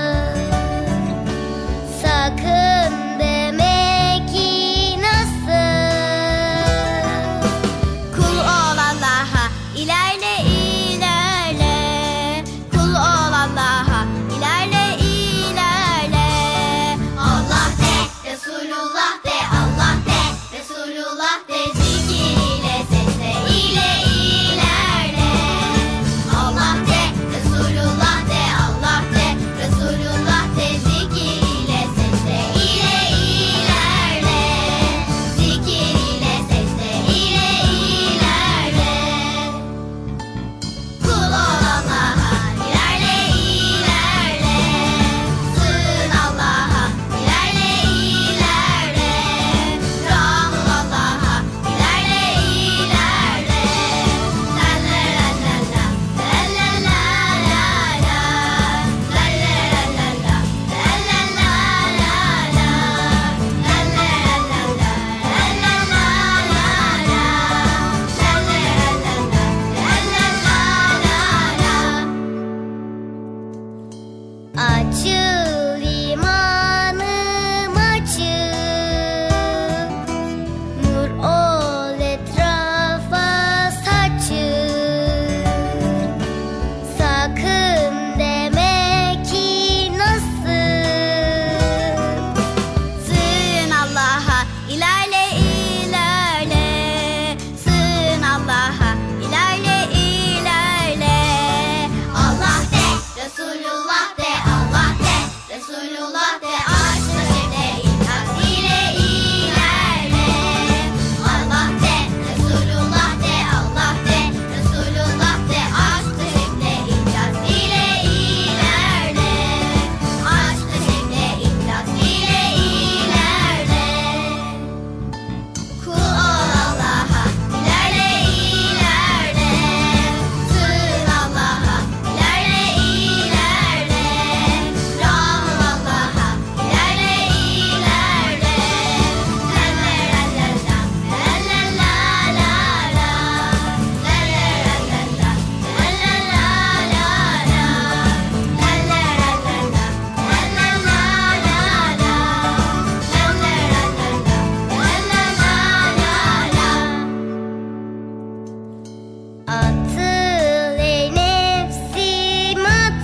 Atıl ey nefsim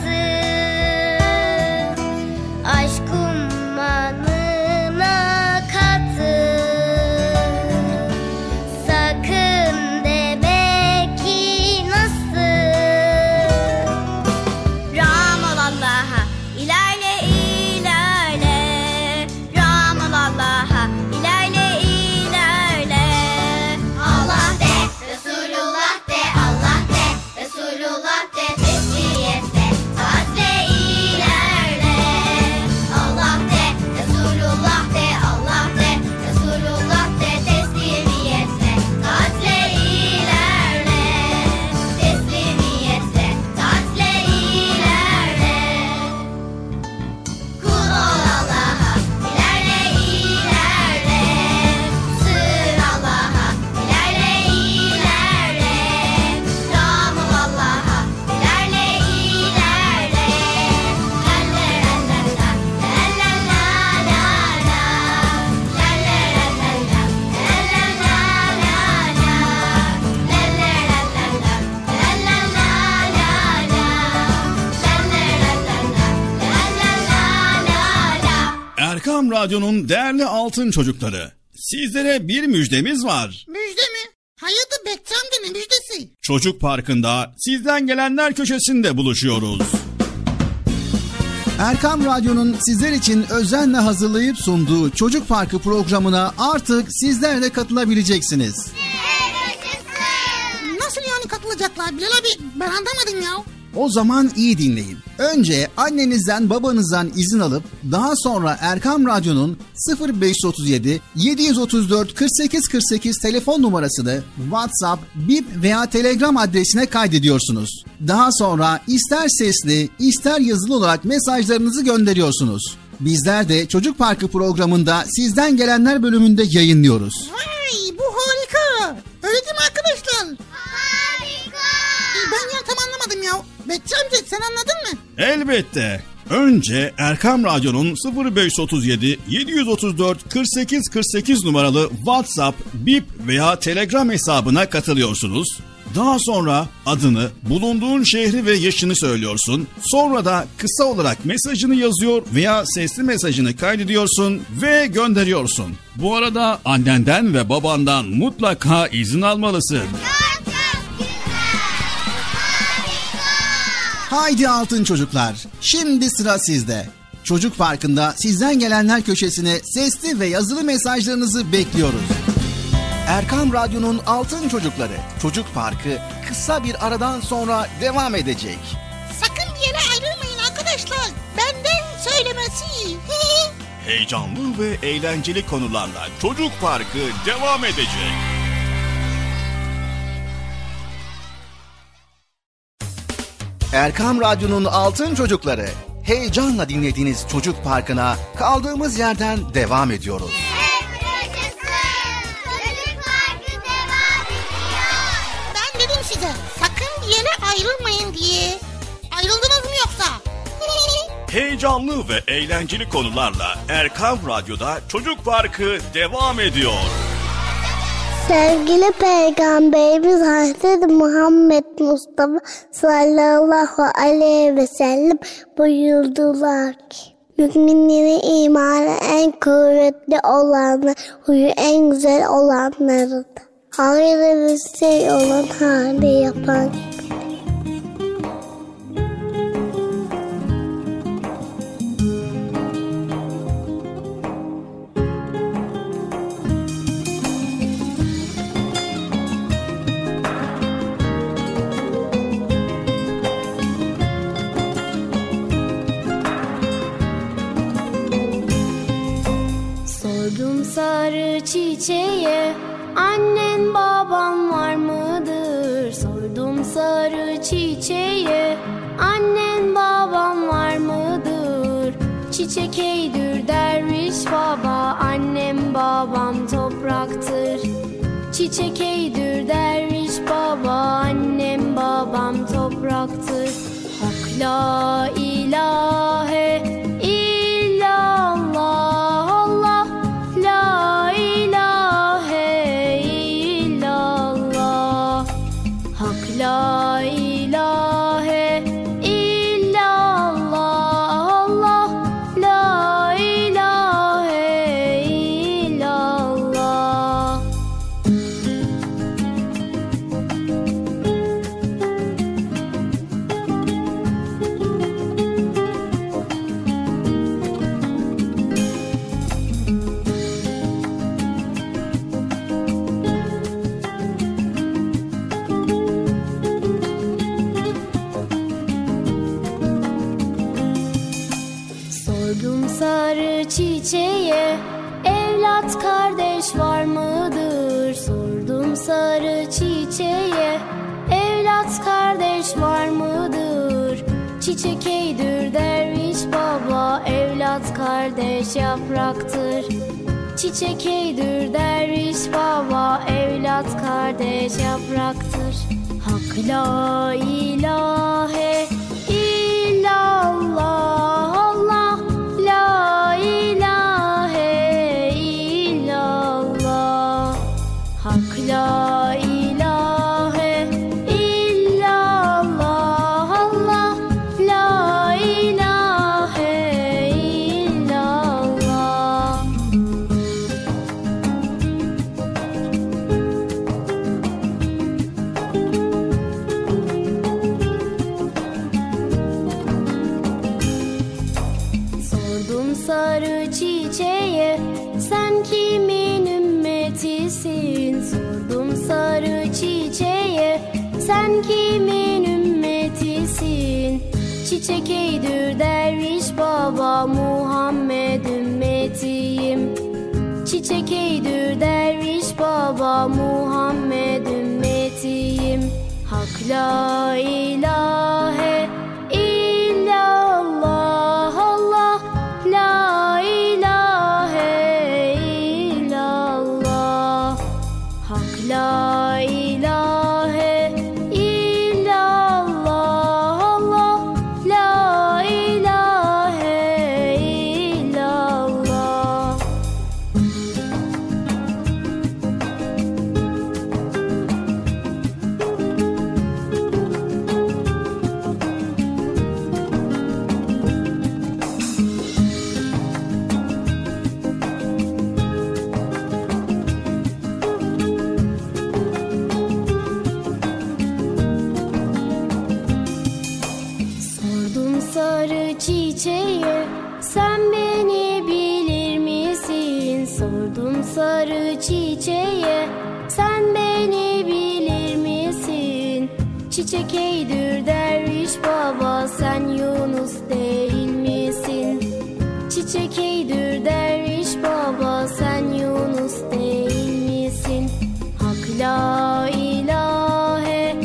atıl, aşk ummanına katıl. Sakın deme ki nasıl. Ram ol Allah'a, ilerle ilerle. Ram ol Allah'a, ilerle ilerle. Allah de, Resulullah de, Allah de, Resulullah de, tesliyetle, taatle ilerle. Allah de, Resulullah de, Allah de, Resulullah de, teslimiyetle, taatle ilerle. Teslimiyetle, taatle ilerle. Kul ol Allah'a, ilerle ilerle. Sığır Allah'a, ilerle ilerle. Ram ol Allah'a, ilerle ilerle. La la la la, la la la la la. La la la la, la la la la la. La la la la, la la la la la. La la la la, la la la la la. Erkam Radyo'nun değerli altın çocukları, sizlere bir müjdemiz var. Müjde mi? Hayırdır Bekçi amca, ne müjdesi? Çocuk Parkı'nda sizden gelenler köşesinde buluşuyoruz. Erkam Radyo'nun sizler için özenle hazırlayıp sunduğu Çocuk Parkı programına artık sizler de katılabileceksiniz. Nasıl yani katılacaklar Bilal abi? Ben anlamadım ya. O zaman iyi dinleyin. Önce annenizden babanızdan izin alıp daha sonra Erkam Radyo'nun 0537 734 48 48 telefon numarasını WhatsApp, Bip veya Telegram adresine kaydediyorsunuz. Daha sonra ister sesli ister yazılı olarak mesajlarınızı gönderiyorsunuz. Bizler de Çocuk Parkı programında sizden gelenler bölümünde yayınlıyoruz. Vay, bu harika. Öyle değil mi arkadaşlar? Harika. Ben ya tam anlamadım ya. Bekçi amca sen anladın mı? Elbette. Önce Erkam Radyo'nun 0537 734 48 48 numaralı WhatsApp, Bip veya Telegram hesabına katılıyorsunuz. Daha sonra adını, bulunduğun şehri ve yaşını söylüyorsun. Sonra da kısa olarak mesajını yazıyor veya sesli mesajını kaydediyorsun ve gönderiyorsun. Bu arada annenden ve babandan mutlaka izin almalısın. Haydi altın çocuklar, şimdi sıra sizde. Çocuk Parkı'nda sizden gelenler köşesine sesli ve yazılı mesajlarınızı bekliyoruz. Erkam Radyo'nun altın çocukları, Çocuk Parkı kısa bir aradan sonra devam edecek. Sakın bir yere ayrılmayın arkadaşlar. Benden söylemesi. Heyecanlı ve eğlenceli konularla Çocuk Parkı devam edecek. Erkam Radyo'nun altın çocukları, heyecanla dinlediğiniz Çocuk Parkı'na kaldığımız yerden devam ediyoruz. Ben dedim size sakın bir yere ayrılmayın diye. Ayrıldınız mı yoksa? Heyecanlı ve eğlenceli konularla Erkam Radyo'da Çocuk Parkı devam ediyor. Sevgili Peygamberimiz Hazreti Muhammed Mustafa sallallahu aleyhi ve sellem buyurdular ki, müminlerin imanı en kuvvetli olanlar, huyu en güzel olanlarıdır. Hayırlı bir şey olan hali yapan. Sordum sarı çiçeğe, annen baban var mıdır? Sordum sarı çiçeğe, annen baban var mıdır? Çiçek eydür derviş baba, annem babam topraktır. Çiçek eydür derviş baba, annem babam topraktır. Hak la ilahe illallah, Allah la ilahe illallah. Hak la ilahe illallah, Allah, la ilahe illallah. Sordum sarı çiçeğe, evlat kardeş var mıdır? Sordum sarı çiçeğe, evlat kardeş var mıdır? Çiçek eydür derviş baba, evlat kardeş yapraktır. Çiçek eydür derviş baba, evlat kardeş yapraktır. Hak la ilahe illallah, Allah, la ilahe illallah. Hak la ilahe illallah, Allah, la ilahe illallah. Sordum sarı çiçeğe, sen kimin ümmetisin? Sordum sarı çiçeğe, sen kimin ümmetisin? Çiçek eydür derviş baba, Muhammed ümmetiyim. Çiçek eydür derviş baba, Muhammed ümmetiyim. Hak la ilahe illallah, Allah, la ilahe illallah. Hak la ilahe illallah, Allah, la ilahe illallah. Sordum sarı çiçeğe, sen beni bilir misin? Sordum sarı çiçeğe, sen beni bilir misin? Çiçek eydür derviş baba, sen Yunus değil misin? Çiçek eydür derviş baba, sen Yunus değil misin? Hak la ilahe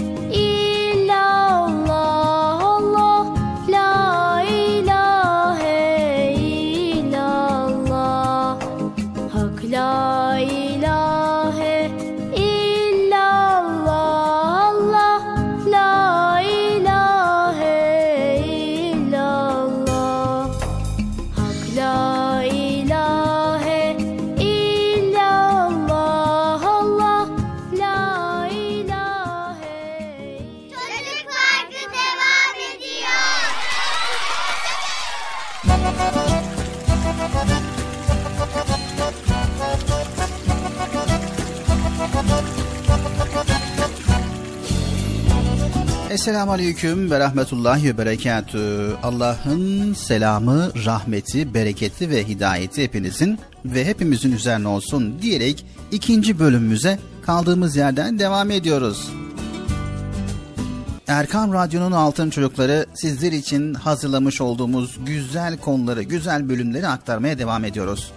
illallah, Allah, la ilahe illallah. Hak la ilahe illallah, Allah, la ilahe illallah. Hak la ilahe illallah, Allah, la ilahe. Çocuk Parkı devam ediyor. Esselamu Aleyküm ve Rahmetullahi ve Berekatühü. Allah'ın selamı, rahmeti, bereketi ve hidayeti hepinizin ve hepimizin üzerine olsun diyerek ikinci bölümümüze kaldığımız yerden devam ediyoruz. Erkam Radyo'nun Altın Çocukları sizler için hazırlamış olduğumuz güzel konuları, güzel bölümleri aktarmaya devam ediyoruz.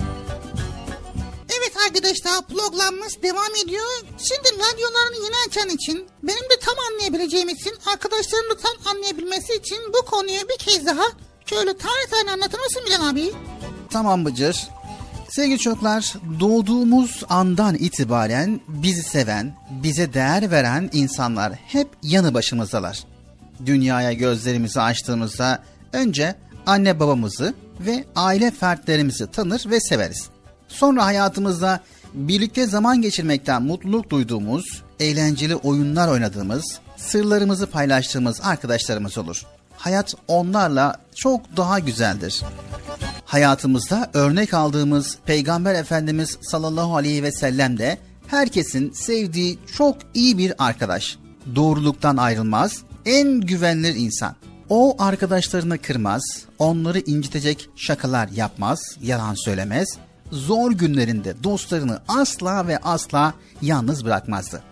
Evet arkadaşlar, programımız devam ediyor. Şimdi radyolarını yeni açan için, benim de tam anlayabileceğim için, arkadaşlarım da tam anlayabilmesi için bu konuyu bir kez daha şöyle tane anlatır mısın Bilal abi? Tamam Bıcır. Sevgili çocuklar, doğduğumuz andan itibaren bizi seven, bize değer veren insanlar hep yanı başımızdalar. Dünyaya gözlerimizi açtığımızda önce anne babamızı ve aile fertlerimizi tanır ve severiz. Sonra hayatımızda birlikte zaman geçirmekten mutluluk duyduğumuz, eğlenceli oyunlar oynadığımız, sırlarımızı paylaştığımız arkadaşlarımız olur. Hayat onlarla çok daha güzeldir. Hayatımızda örnek aldığımız Peygamber Efendimiz sallallahu aleyhi ve sellem de herkesin sevdiği çok iyi bir arkadaş. Doğruluktan ayrılmaz, en güvenilir insan. O arkadaşlarını kırmaz, onları incitecek şakalar yapmaz, yalan söylemez. Zor günlerinde dostlarını asla ve asla yalnız bırakmazdı.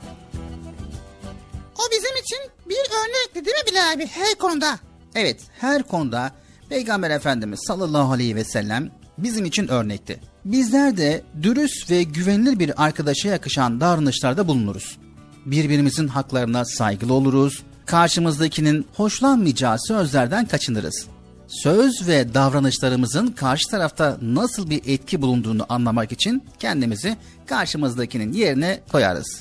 O bizim için bir örnekti değil mi Bilal abi her konuda? Evet, her konuda Peygamber Efendimiz sallallahu aleyhi ve sellem bizim için örnekti. Bizler de dürüst ve güvenilir bir arkadaşa yakışan davranışlarda bulunuruz. Birbirimizin haklarına saygılı oluruz, karşımızdakinin hoşlanmayacağı sözlerden kaçınırız. Söz ve davranışlarımızın karşı tarafta nasıl bir etki bulunduğunu anlamak için kendimizi karşımızdakinin yerine koyarız.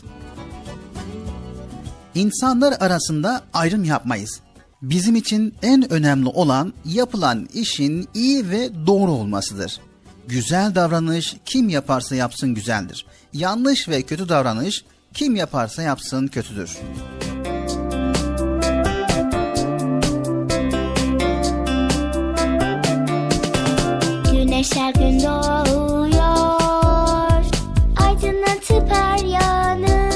İnsanlar arasında ayrım yapmayız. Bizim için en önemli olan yapılan işin iyi ve doğru olmasıdır. Güzel davranış kim yaparsa yapsın güzeldir. Yanlış ve kötü davranış kim yaparsa yapsın kötüdür. Güneş her gün doğuyor, aydınlatıp her yanı,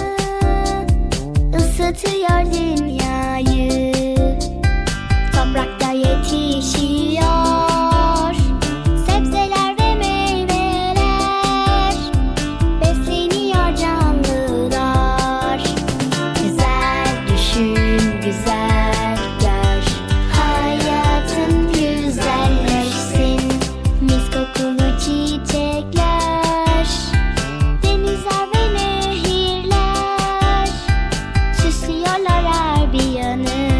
ısıtıyor dünyayı. Toprakta yetişiyor sebzeler ve meyveler, besleniyor canlılar. Güzel düşün, güzel gör, hayatın güzelleşsin. Mis kokulu çiçekler, denizler ve nehirler, süslüyorlar her bir yanı.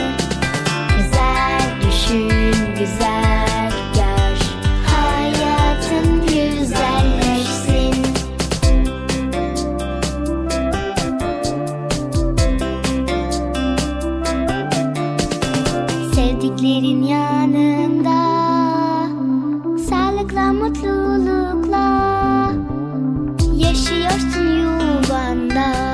Güzel gör, hayatın güzelleşsin. Sevdiklerin yanında, sağlıkla, mutlulukla yaşıyorsun yuvanda.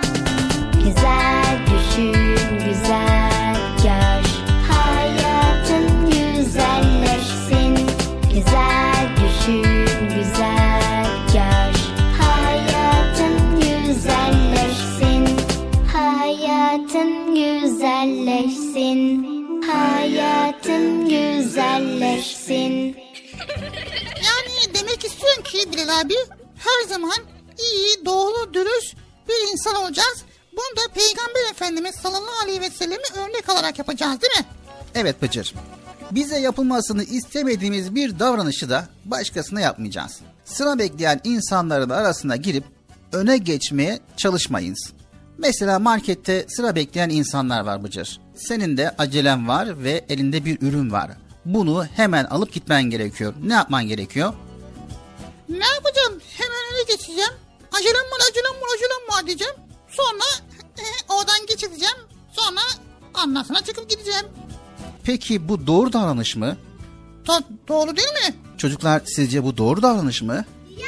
Güzel düşün, güzel gör, hayatın güzelleşsin. Güzel düşün, güzel gör, hayatın güzelleşsin. Hayatın güzelleşsin. Hayatın güzelleşsin. Yani demek istiyorsun ki Bilal abi her zaman iyi, doğru, dürüst bir insan olacağız. Bunu da Peygamber Efendimiz sallallahu aleyhi ve sellem'i örnek alarak yapacağız değil mi? Evet Bıcır, bize yapılmasını istemediğimiz bir davranışı da başkasına yapmayacağız. Sıra bekleyen insanların arasına girip öne geçmeye çalışmayınız. Mesela markette sıra bekleyen insanlar var Bıcır. Senin de acelen var ve elinde bir ürün var. Bunu hemen alıp gitmen gerekiyor. Ne yapman gerekiyor? Ne yapacağım? Hemen öne geçeceğim. Acelem var diyeceğim. Sonra oradan geçeceğim. Sonra ondan sonra çıkıp gideceğim. Peki bu doğru davranış mı? Doğru değil mi? Çocuklar sizce bu doğru davranış mı?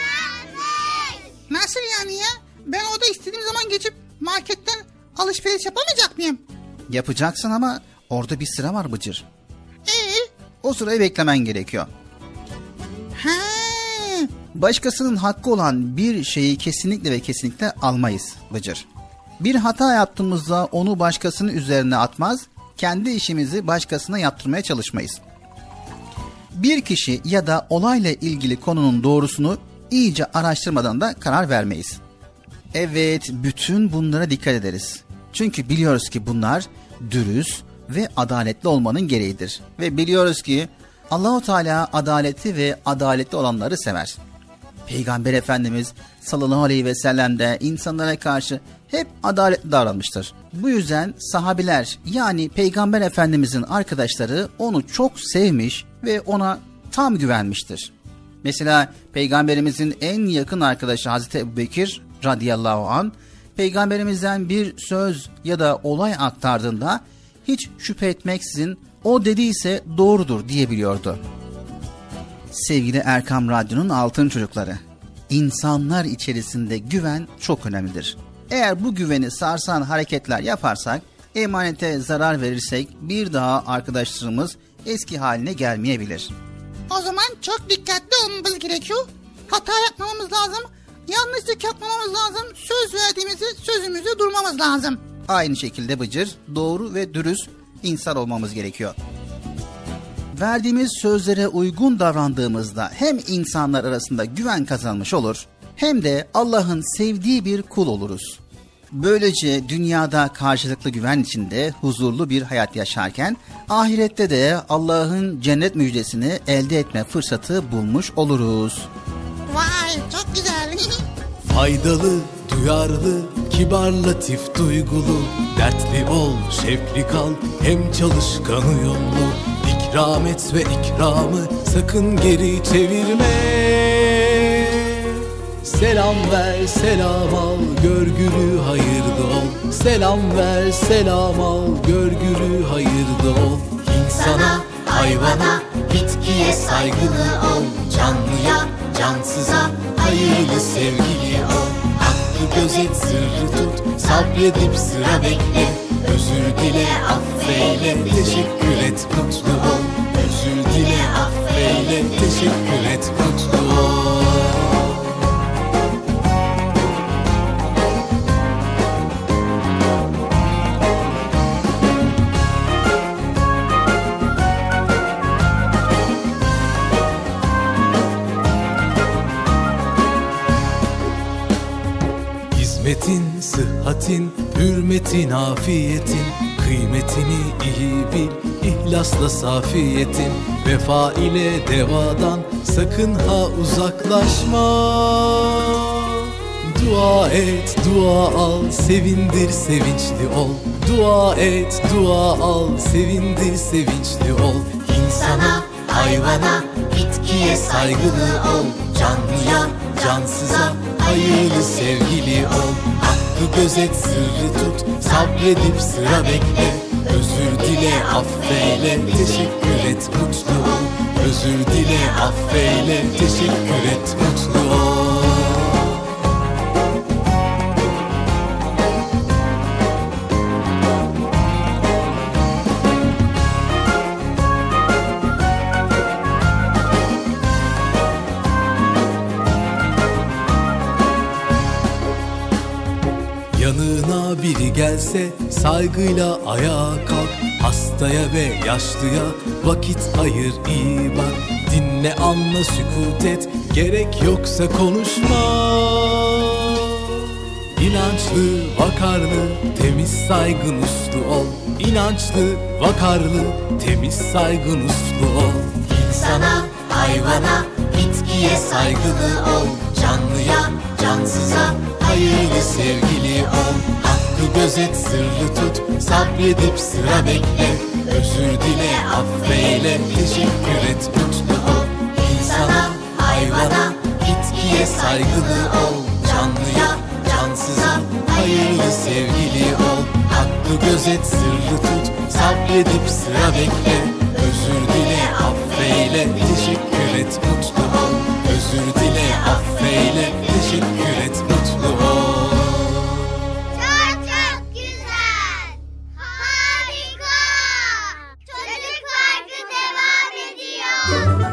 Nasıl yani ya? Ben orada istediğim zaman geçip marketten alışveriş yapamayacak mıyım? Yapacaksın ama orada bir sıra var Bıcır. O sırayı beklemen gerekiyor. Başkasının hakkı olan bir şeyi kesinlikle ve kesinlikle almayız Bıcır. Bir hata yaptığımızda onu başkasının üzerine atmaz, kendi işimizi başkasına yaptırmaya çalışmayız. Bir kişi ya da olayla ilgili konunun doğrusunu iyice araştırmadan da karar vermeyiz. Evet, bütün bunlara dikkat ederiz. Çünkü biliyoruz ki bunlar dürüst ve adaletli olmanın gereğidir. Ve biliyoruz ki Allah-u Teala adaleti ve adaletli olanları sever. Peygamber Efendimiz sallallahu aleyhi ve sellem de insanlara karşı hep adaletli davranmıştır. Bu yüzden sahabiler yani Peygamber Efendimizin arkadaşları onu çok sevmiş ve ona tam güvenmiştir. Mesela Peygamberimizin en yakın arkadaşı Hazreti Ebubekir radıyallahu anh, Peygamberimizden bir söz ya da olay aktardığında hiç şüphe etmeksizin o dediyse doğrudur diyebiliyordu. Sevgili Erkam Radyo'nun altın çocukları, insanlar içerisinde güven çok önemlidir. Eğer bu güveni sarsan hareketler yaparsak, emanete zarar verirsek bir daha arkadaşlarımız eski haline gelmeyebilir. O zaman çok dikkatli olmamız gerekiyor. Hata yapmamamız lazım. Yanlışlık yapmamamız lazım. Söz verdiğimizi, sözümüzde durmamız lazım. Aynı şekilde Bıcır, doğru ve dürüst insan olmamız gerekiyor. Verdiğimiz sözlere uygun davrandığımızda hem insanlar arasında güven kazanmış olur, hem de Allah'ın sevdiği bir kul oluruz. Böylece dünyada karşılıklı güven içinde huzurlu bir hayat yaşarken, ahirette de Allah'ın cennet müjdesini elde etme fırsatı bulmuş oluruz. Vay, çok güzel. Faydalı, duyarlı, kibar, latif, duygulu, dertli ol, şevkli kal, hem çalışkan uyumlu. İkram et ve ikramı sakın geri çevirme. Selam ver, selam al, görgülü hayırda ol. Selam ver, selam al, görgülü hayırda ol. İnsana, hayvana, bitkiye saygılı ol. Canlıya, cansıza, hayırlı sevgili ol. Hakkı gözet, sırrı tut, sabredip sıra bekle. Özür dile, affeyle, teşekkür et, mutlu ol. Özür dile, affeyle, teşekkür et, mutlu ol. Hizmetin, sıhhatin, hürmetin, afiyetin, kıymetini iyi bil, ihlasla safiyetin. Vefa ile devadan sakın ha uzaklaşma. Dua et, dua al, sevindir, sevinçli ol. Dua et, dua al, sevindir, sevinçli ol. İnsana, hayvana, bitkiye saygılı ol. Canlıya, cansıza, hayırlı sevgili ol. Hakkı gözet, sırrı tut, sabredip sıra bekle. Özür dile, affeyle, teşekkür et, mutlu ol. Özür dile, affeyle, teşekkür et, mutlu ol. Yanına biri gelse saygıyla ayağa kalk. Hastaya ve yaşlıya vakit ayır, iyi bak. Dinle, anla, sükut et, gerek yoksa konuşma. İnançlı, vakarlı, temiz, saygın, uslu ol. İnançlı, vakarlı, temiz, saygın, uslu ol. İnsana, hayvana, bitkiye saygılı ol. Canlıya, cansıza, hayırlı sevgili ol. Hakkı gözet, sırrı tut, sabredip sıra bekle. Özür dile, affeyle, teşekkür et, mutlu ol. İnsana, hayvana, bitkiye saygılı ol. Canlıya, cansıza, hayırlı sevgili ol. Hakkı gözet, sırrı tut, sabredip sıra bekle. Özür dile, affeyle, teşekkür et, mutlu ol. Özür dile, affeyle, teşekkür et, mutlu ol. Çok çok güzel. Harika. Çocuk Parkı devam ediyor.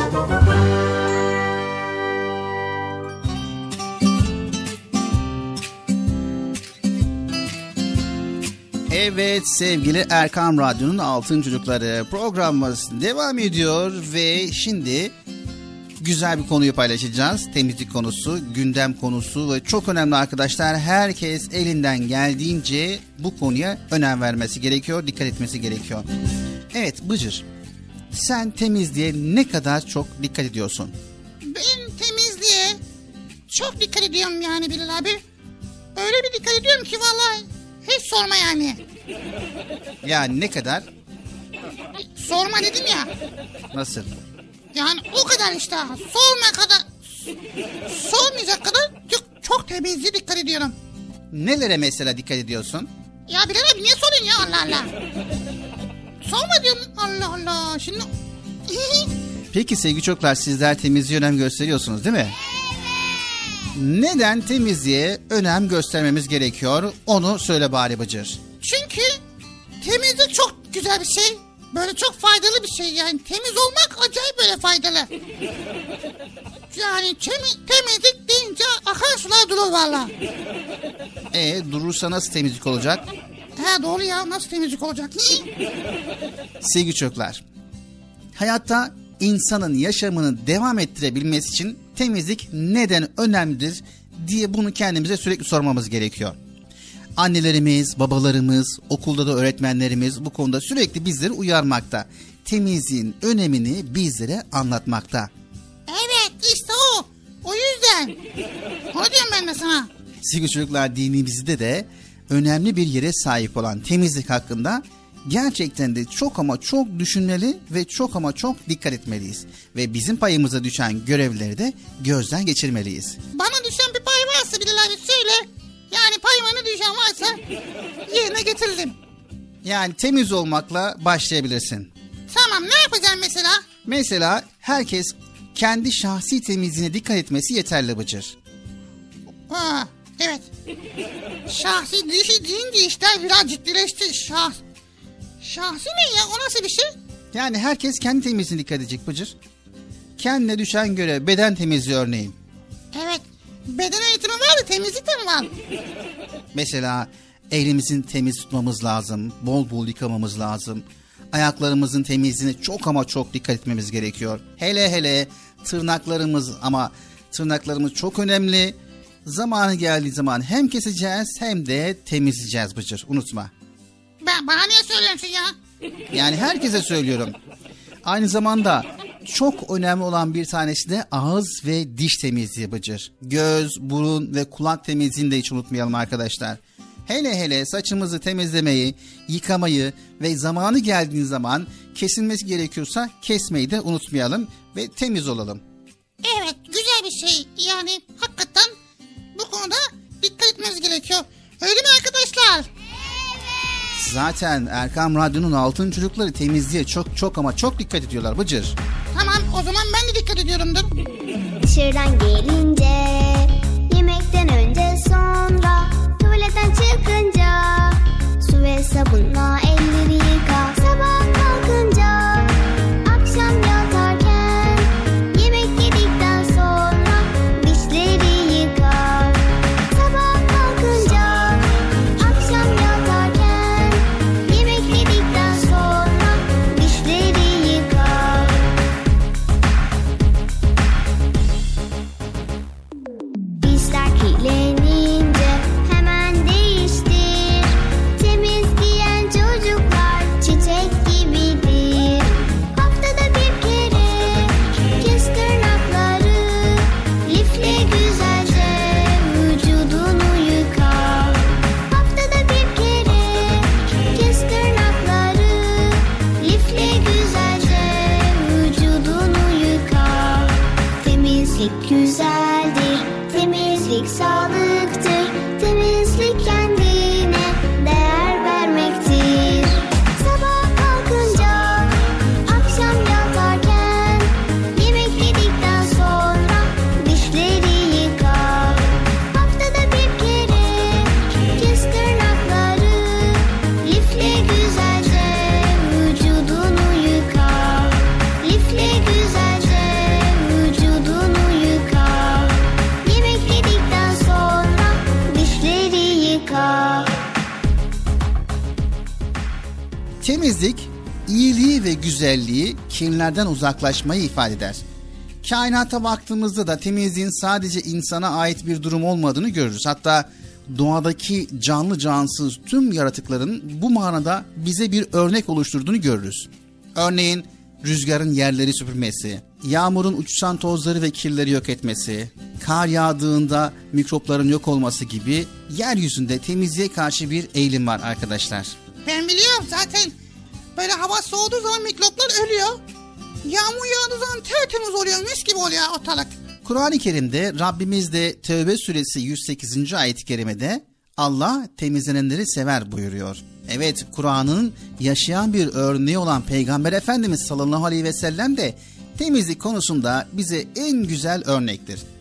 Evet sevgili Erkam Radyo'nun Altın Çocukları programımız devam ediyor ve şimdi güzel bir konuyu paylaşacağız. Temizlik konusu, gündem konusu ve çok önemli arkadaşlar. Herkes elinden geldiğince bu konuya önem vermesi gerekiyor, dikkat etmesi gerekiyor. Evet Bıcır, sen temizliğe ne kadar çok dikkat ediyorsun? Ben temizliğe çok dikkat ediyorum yani Bilal abi. Öyle bir dikkat ediyorum ki vallahi hiç sorma yani. Yani ne kadar? Sorma dedim ya. Nasıl? Yani o kadar işte. Sormayacak kadar çok temizliğe dikkat ediyorum. Nelere mesela dikkat ediyorsun? Ya Bilal abi niye soruyorsun ya, Allah Allah. Sorma diyorum, Allah Allah. Şimdi... Peki sevgili çocuklar, sizler temizliğe önem gösteriyorsunuz değil mi? Neden temizliğe önem göstermemiz gerekiyor? Onu söyle bari Bıcır. Çünkü temizlik çok güzel bir şey. Böyle çok faydalı bir şey yani. Temiz olmak acayip böyle faydalı. Yani temizlik deyince akan sular durur valla. Durursa nasıl temizlik olacak? He doğru ya, nasıl temizlik olacak? Sevgili çocuklar, hayatta insanın yaşamını devam ettirebilmesi için temizlik neden önemlidir diye bunu kendimize sürekli sormamız gerekiyor. Annelerimiz, babalarımız, okulda da öğretmenlerimiz bu konuda sürekli bizleri uyarmakta. Temizliğin önemini bizlere anlatmakta. Evet işte o. O yüzden. Onu diyorum ben de sana. Sevgili çocuklar, dinimizde de önemli bir yere sahip olan temizlik hakkında gerçekten de çok ama çok düşünmeli ve çok ama çok dikkat etmeliyiz. Ve bizim payımıza düşen görevleri de gözden geçirmeliyiz. Bana düşen bir pay varsa Bilal abi söyle. Yani payıma ne düşen varsa yerine getiririm. Yani temiz olmakla başlayabilirsin. Tamam, ne yapacağım mesela? Mesela herkes kendi şahsi temizliğine dikkat etmesi yeterli Bıcır. Evet. Şahsi deyince işler biraz ciddileşti. Şahsi ne ya? O nasıl bir şey? Yani herkes kendi temizliğine dikkat edecek Bıcır. Kendine düşen görev beden temizliği örneğin. Evet. Beden eğitimi var da temizlik de mi var? Mesela elimizin temiz tutmamız lazım. Bol bol yıkamamız lazım. Ayaklarımızın temizliğine çok ama çok dikkat etmemiz gerekiyor. Hele tırnaklarımız çok önemli. Zamanı geldiği zaman hem keseceğiz hem de temizleyeceğiz Bıcır. Unutma. Bana niye söylüyorsun ya? Yani herkese söylüyorum. Aynı zamanda çok önemli olan bir tanesi de ağız ve diş temizliği Bıcır. Göz, burun ve kulak temizliğini de hiç unutmayalım arkadaşlar. Hele saçımızı temizlemeyi, yıkamayı ve zamanı geldiği zaman kesilmesi gerekiyorsa kesmeyi de unutmayalım ve temiz olalım. Evet, güzel bir şey. Yani hakikaten bu konuda dikkat etmemiz gerekiyor. Öyle mi arkadaşlar? Zaten Erkam Radyo'nun altın çocukları temizliğe çok ama çok dikkat ediyorlar Bıcır. Tamam, o zaman ben de dikkat ediyorumdur. Dışarıdan gelince, yemekten önce sonra, tuvaletten çıkınca, su ve sabunla elleri yıka. Sabah kalkınca, akşam yatarken, yemek yedikten sonra dişleri yıka. Sabah kalkınca, akşam yatarken, yemek yedikten sonra dişleri yıka. Dişler kirlenince hemen değiştir. Temiz giyen çocuklar çiçek gibidir. Haftada bir kere kes tırnakları, lifle güzelce vücudunu yıka. Haftada bir kere kes tırnakları, lifle güzelce vücudunu yıka. Temizlik güzeldir, temizlik sağlıktır, temizlik kendine değer vermektir. Sabah kalkınca, akşam yatarken, yemek yedikten sonra dişleri yıka. Haftada bir kere kes tırnakları, lifle güzelce vücudunu yıka. Lifle güzelce vücudunu yıka. Yemek yedikten sonra dişleri yıka. Temizlik, iyiliği ve güzelliği, kirlerden uzaklaşmayı ifade eder. Kainata baktığımızda da temizliğin sadece insana ait bir durum olmadığını görürüz. Hatta doğadaki canlı cansız tüm yaratıkların bu manada bize bir örnek oluşturduğunu görürüz. Örneğin rüzgarın yerleri süpürmesi, yağmurun uçuşan tozları ve kirleri yok etmesi, kar yağdığında mikropların yok olması gibi yeryüzünde temizliğe karşı bir eğilim var arkadaşlar. Ben biliyorum zaten. Böyle hava soğuduğu zaman mikroplar ölüyor. Yağmur yağdığı zaman tertemiz oluyor, mis gibi oluyor ortalık. Kur'an-ı Kerim'de Rabbimiz de Tevbe suresi 108. ayet-i kerimede Allah temizlenenleri sever buyuruyor. Evet, Kur'an'ın yaşayan bir örneği olan Peygamber Efendimiz sallallahu aleyhi ve sellem de temizlik konusunda bize en güzel örnektir.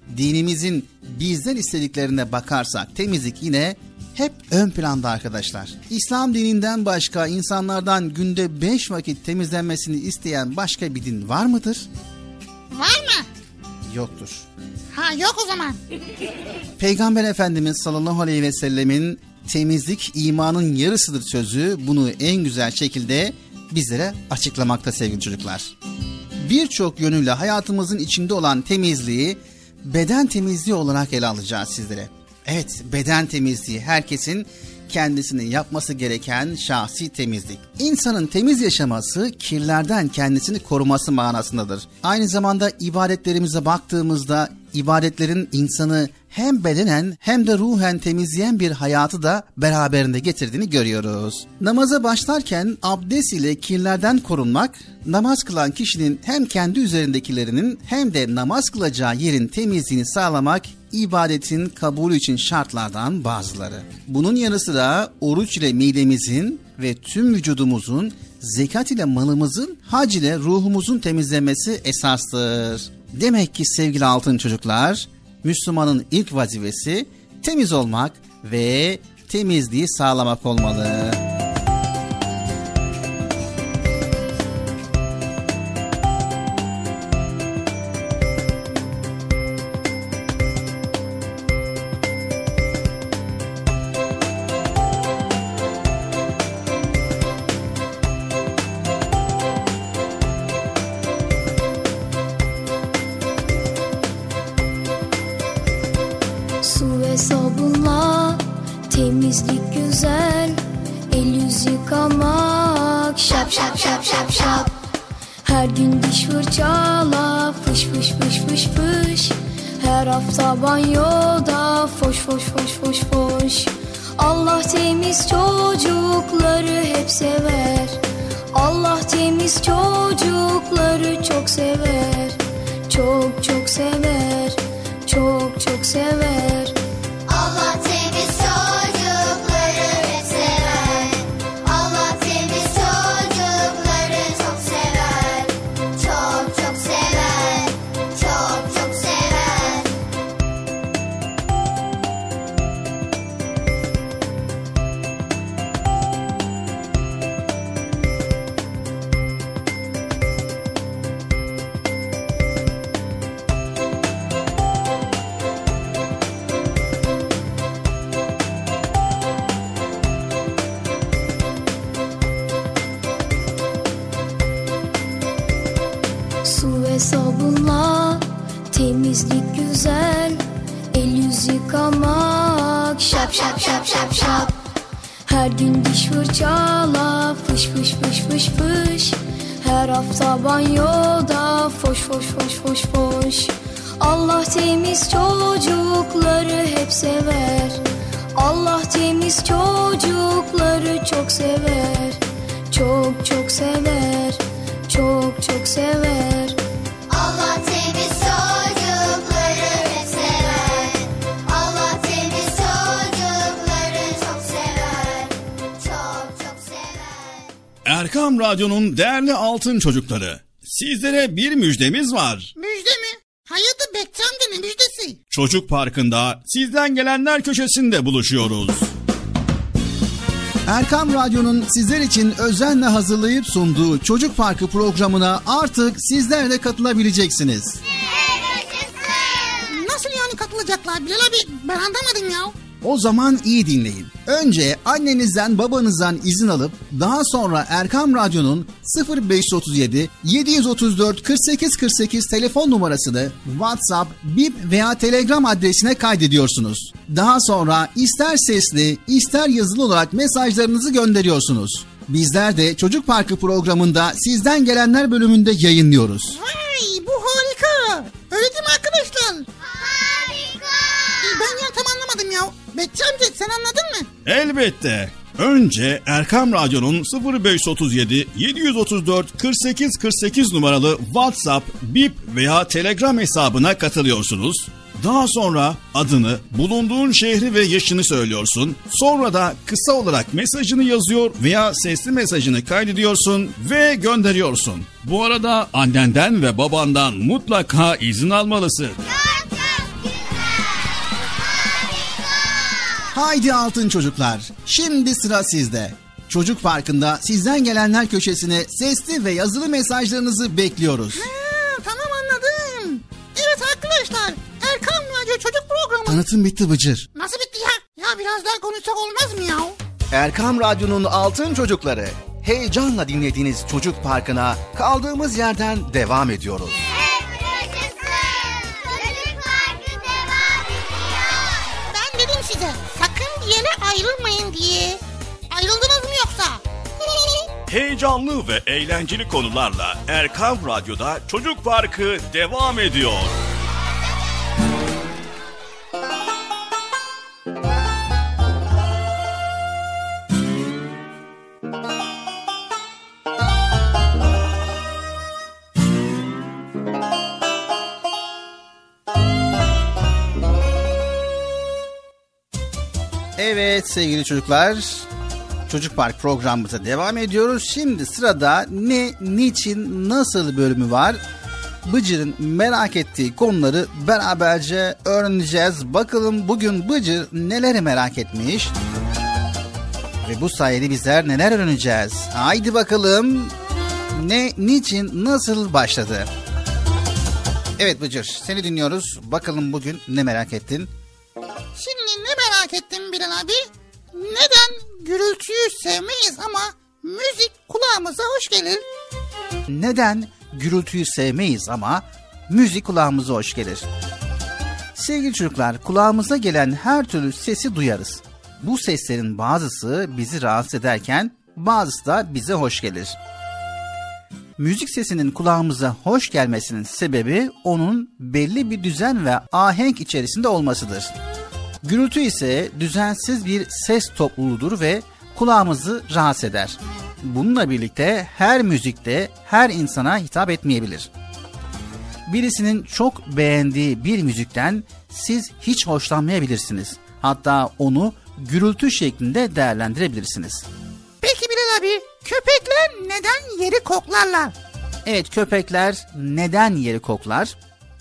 dinimizin bizden istediklerine bakarsak temizlik yine hep ön planda arkadaşlar. İslam dininden başka insanlardan günde 5 vakit temizlenmesini isteyen başka bir din var mıdır? Var mı? Yoktur. Ha yok o zaman. Peygamber Efendimiz sallallahu aleyhi ve sellemin temizlik imanın yarısıdır sözü bunu en güzel şekilde bizlere açıklamakta sevgili çocuklar. Birçok yönüyle hayatımızın içinde olan temizliği beden temizliği olarak ele alacağız sizlere. Evet, beden temizliği herkesin kendisini yapması gereken şahsi temizlik. İnsanın temiz yaşaması kirlerden kendisini koruması manasındadır. Aynı zamanda ibadetlerimize baktığımızda ibadetlerin insanı hem bedenen hem de ruhen temizleyen bir hayatı da beraberinde getirdiğini görüyoruz. Namaza başlarken abdest ile kirlerden korunmak, namaz kılan kişinin hem kendi üzerindekilerinin hem de namaz kılacağı yerin temizliğini sağlamak ibadetin kabulü için şartlardan bazıları. Bunun yanı sıra oruç ile midemizin ve tüm vücudumuzun, zekat ile malımızın, hac ile ruhumuzun temizlenmesi esastır. Demek ki sevgili altın çocuklar, Müslümanın ilk vazifesi temiz olmak ve temizliği sağlamak olmalı. Su ve sabunla temizlik güzel, el yüz yıkamak şap şap şap şap şap. Her gün diş fırçala fış fış fış fış fış. Her hafta banyoda foş foş foş foş foş. Allah temiz çocukları hep sever. Allah temiz çocukları çok sever. Çok çok sever. Çok çok sever. Allah temiz çocukları hep sever. Allah temiz çocukları çok sever. Çok çok sever. Çok çok sever. Su ve sabunla temizlik güzel, el yüz yıkamak şap şap şap şap şap. Her gün diş fırçala fış fış fış fış fış. Her hafta banyoda foş foş foş foş foş. Allah temiz çocukları hep sever. Allah temiz çocukları çok sever. Çok çok sever. Çok çok sever. Allah temiz çocukları hep sever. Allah temiz çocukları çok sever. Çok çok sever. Erkam Radyo'nun değerli altın çocukları, sizlere bir müjdemiz var. Müjde mi? Hayatı Bekçam'da ne müjdesi? Çocuk Parkı'nda sizden gelenler köşesinde buluşuyoruz. Erkam Radyo'nun sizler için özenle hazırlayıp sunduğu Çocuk Parkı programına artık sizler de katılabileceksiniz. Nasıl yani katılacaklar Bilal abi? Ben anlamadım ya. O zaman iyi dinleyin. Önce annenizden babanızdan izin alıp daha sonra Erkam Radyo'nun 0537 734 48 48 telefon numarasını WhatsApp, Bip veya Telegram adresine kaydediyorsunuz. Daha sonra ister sesli ister yazılı olarak mesajlarınızı gönderiyorsunuz. Bizler de Çocuk Parkı programında sizden gelenler bölümünde yayınlıyoruz. Vay bu harika. Öyle değil mi arkadaşlar? Harika. Ben ya tam anlamadım ya. Bekçi amca sen anladın mı? Elbette. Önce Erkam Radyo'nun 0537 734 48 48 numaralı WhatsApp, Bip veya Telegram hesabına katılıyorsunuz. Daha sonra adını, bulunduğun şehri ve yaşını söylüyorsun. Sonra da kısa olarak mesajını yazıyor veya sesli mesajını kaydediyorsun ve gönderiyorsun. Bu arada annenden ve babandan mutlaka izin almalısın. Çok çok Haydi altın çocuklar, şimdi sıra sizde. Çocuk Parkı'nda sizden gelenler köşesine sesli ve yazılı mesajlarınızı bekliyoruz. Tamam, anladım. Evet arkadaşlar, Erkam Radyo Çocuk Programı. Tanıtım bitti Bıcır. Nasıl bitti ya? Ya biraz daha konuşsak olmaz mı ya? Erkam Radyo'nun altın çocukları, heyecanla dinlediğiniz Çocuk Parkı'na kaldığımız yerden devam ediyoruz. Çocuk Parkı devam ediyor. Ben dedim size, sakın bir yere ayrılmayın diye. Ayrıldınız mı yoksa? Heyecanlı ve eğlenceli konularla Erkam Radyo'da Çocuk Parkı devam ediyor. Evet sevgili çocuklar, Çocuk Park programımıza devam ediyoruz. Şimdi sırada ne, niçin, nasıl bölümü var. Bıcır'ın merak ettiği konuları beraberce öğreneceğiz. Bakalım bugün Bıcır neleri merak etmiş ve bu sayede bizler neler öğreneceğiz. Haydi bakalım, ne, niçin, nasıl başladı. Evet Bıcır, seni dinliyoruz. Bakalım bugün ne merak ettin? Şimdi ne merak ettim Bilal abi? Neden gürültüyü sevmeyiz ama müzik kulağımıza hoş gelir? Neden gürültüyü sevmeyiz ama müzik kulağımıza hoş gelir? Sevgili çocuklar, kulağımıza gelen her türlü sesi duyarız. Bu seslerin bazısı bizi rahatsız ederken bazısı da bize hoş gelir. Müzik sesinin kulağımıza hoş gelmesinin sebebi onun belli bir düzen ve ahenk içerisinde olmasıdır. Gürültü ise düzensiz bir ses topluluğudur ve kulağımızı rahatsız eder. Bununla birlikte her müzikte her insana hitap etmeyebilir. Birisinin çok beğendiği bir müzikten siz hiç hoşlanmayabilirsiniz. Hatta onu gürültü şeklinde değerlendirebilirsiniz. Peki Bilal abi, köpekler neden yeri koklarlar? Evet, köpekler neden yeri koklar?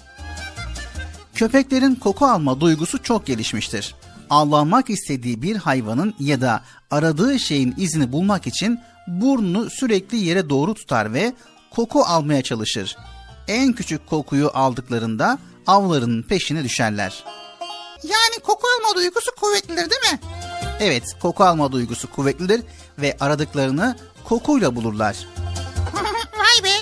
Köpeklerin koku alma duygusu çok gelişmiştir. Avlanmak istediği bir hayvanın ya da aradığı şeyin izini bulmak için burnunu sürekli yere doğru tutar ve koku almaya çalışır. En küçük kokuyu aldıklarında avlarının peşine düşerler. Yani koku alma duygusu kuvvetlidir değil mi? Evet, koku alma duygusu kuvvetlidir ve aradıklarını kokuyla bulurlar. Vay be!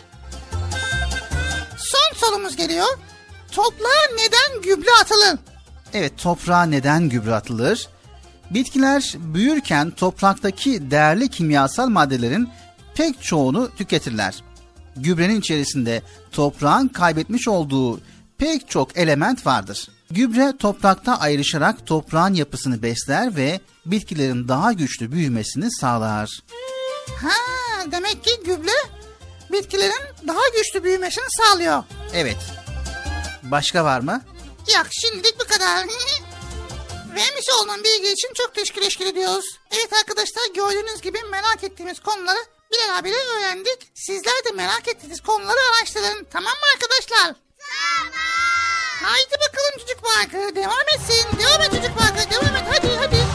Son sorumuz geliyor. Toprağa neden gübre atılır? Evet, toprağa neden gübre atılır? Bitkiler büyürken topraktaki değerli kimyasal maddelerin pek çoğunu tüketirler. Gübrenin içerisinde toprağın kaybetmiş olduğu pek çok element vardır. Gübre toprakta ayrışarak toprağın yapısını besler ve bitkilerin daha güçlü büyümesini sağlar. Ha, demek ki gübre bitkilerin daha güçlü büyümesini sağlıyor. Evet. Başka var mı? Yok, şimdilik bu kadar. Vermiş olduğun bilgi için çok teşekkür ediyoruz. Evet arkadaşlar, gördüğünüz gibi merak ettiğimiz konuları Bilal abiyle öğrendik. Sizler de merak ettiğiniz konuları araştırın. Tamam mı arkadaşlar? Tamam. Haydi bakalım Çocuk Parkı devam etsin. Devam et Çocuk Parkı, devam et. Hadi hadi.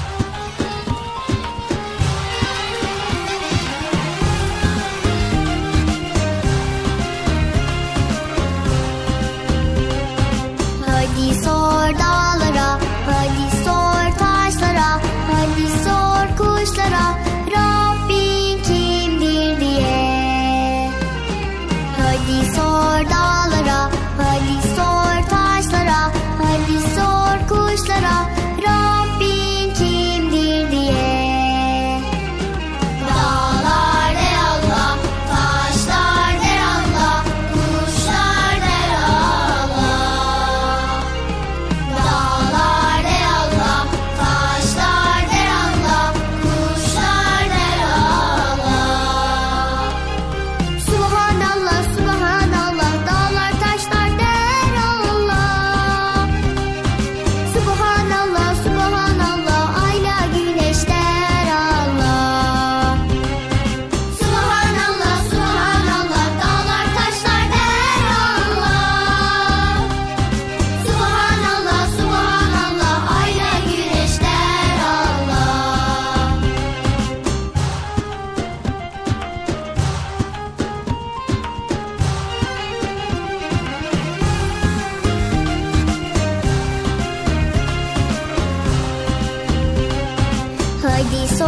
Hadi sor dağlara, hadi sor taşlara, hadi sor kuşlara, Rabbin kimdir diye. Hadi sor dağlara, hadi sor taşlara, hadi sor kuşlara, Rabbin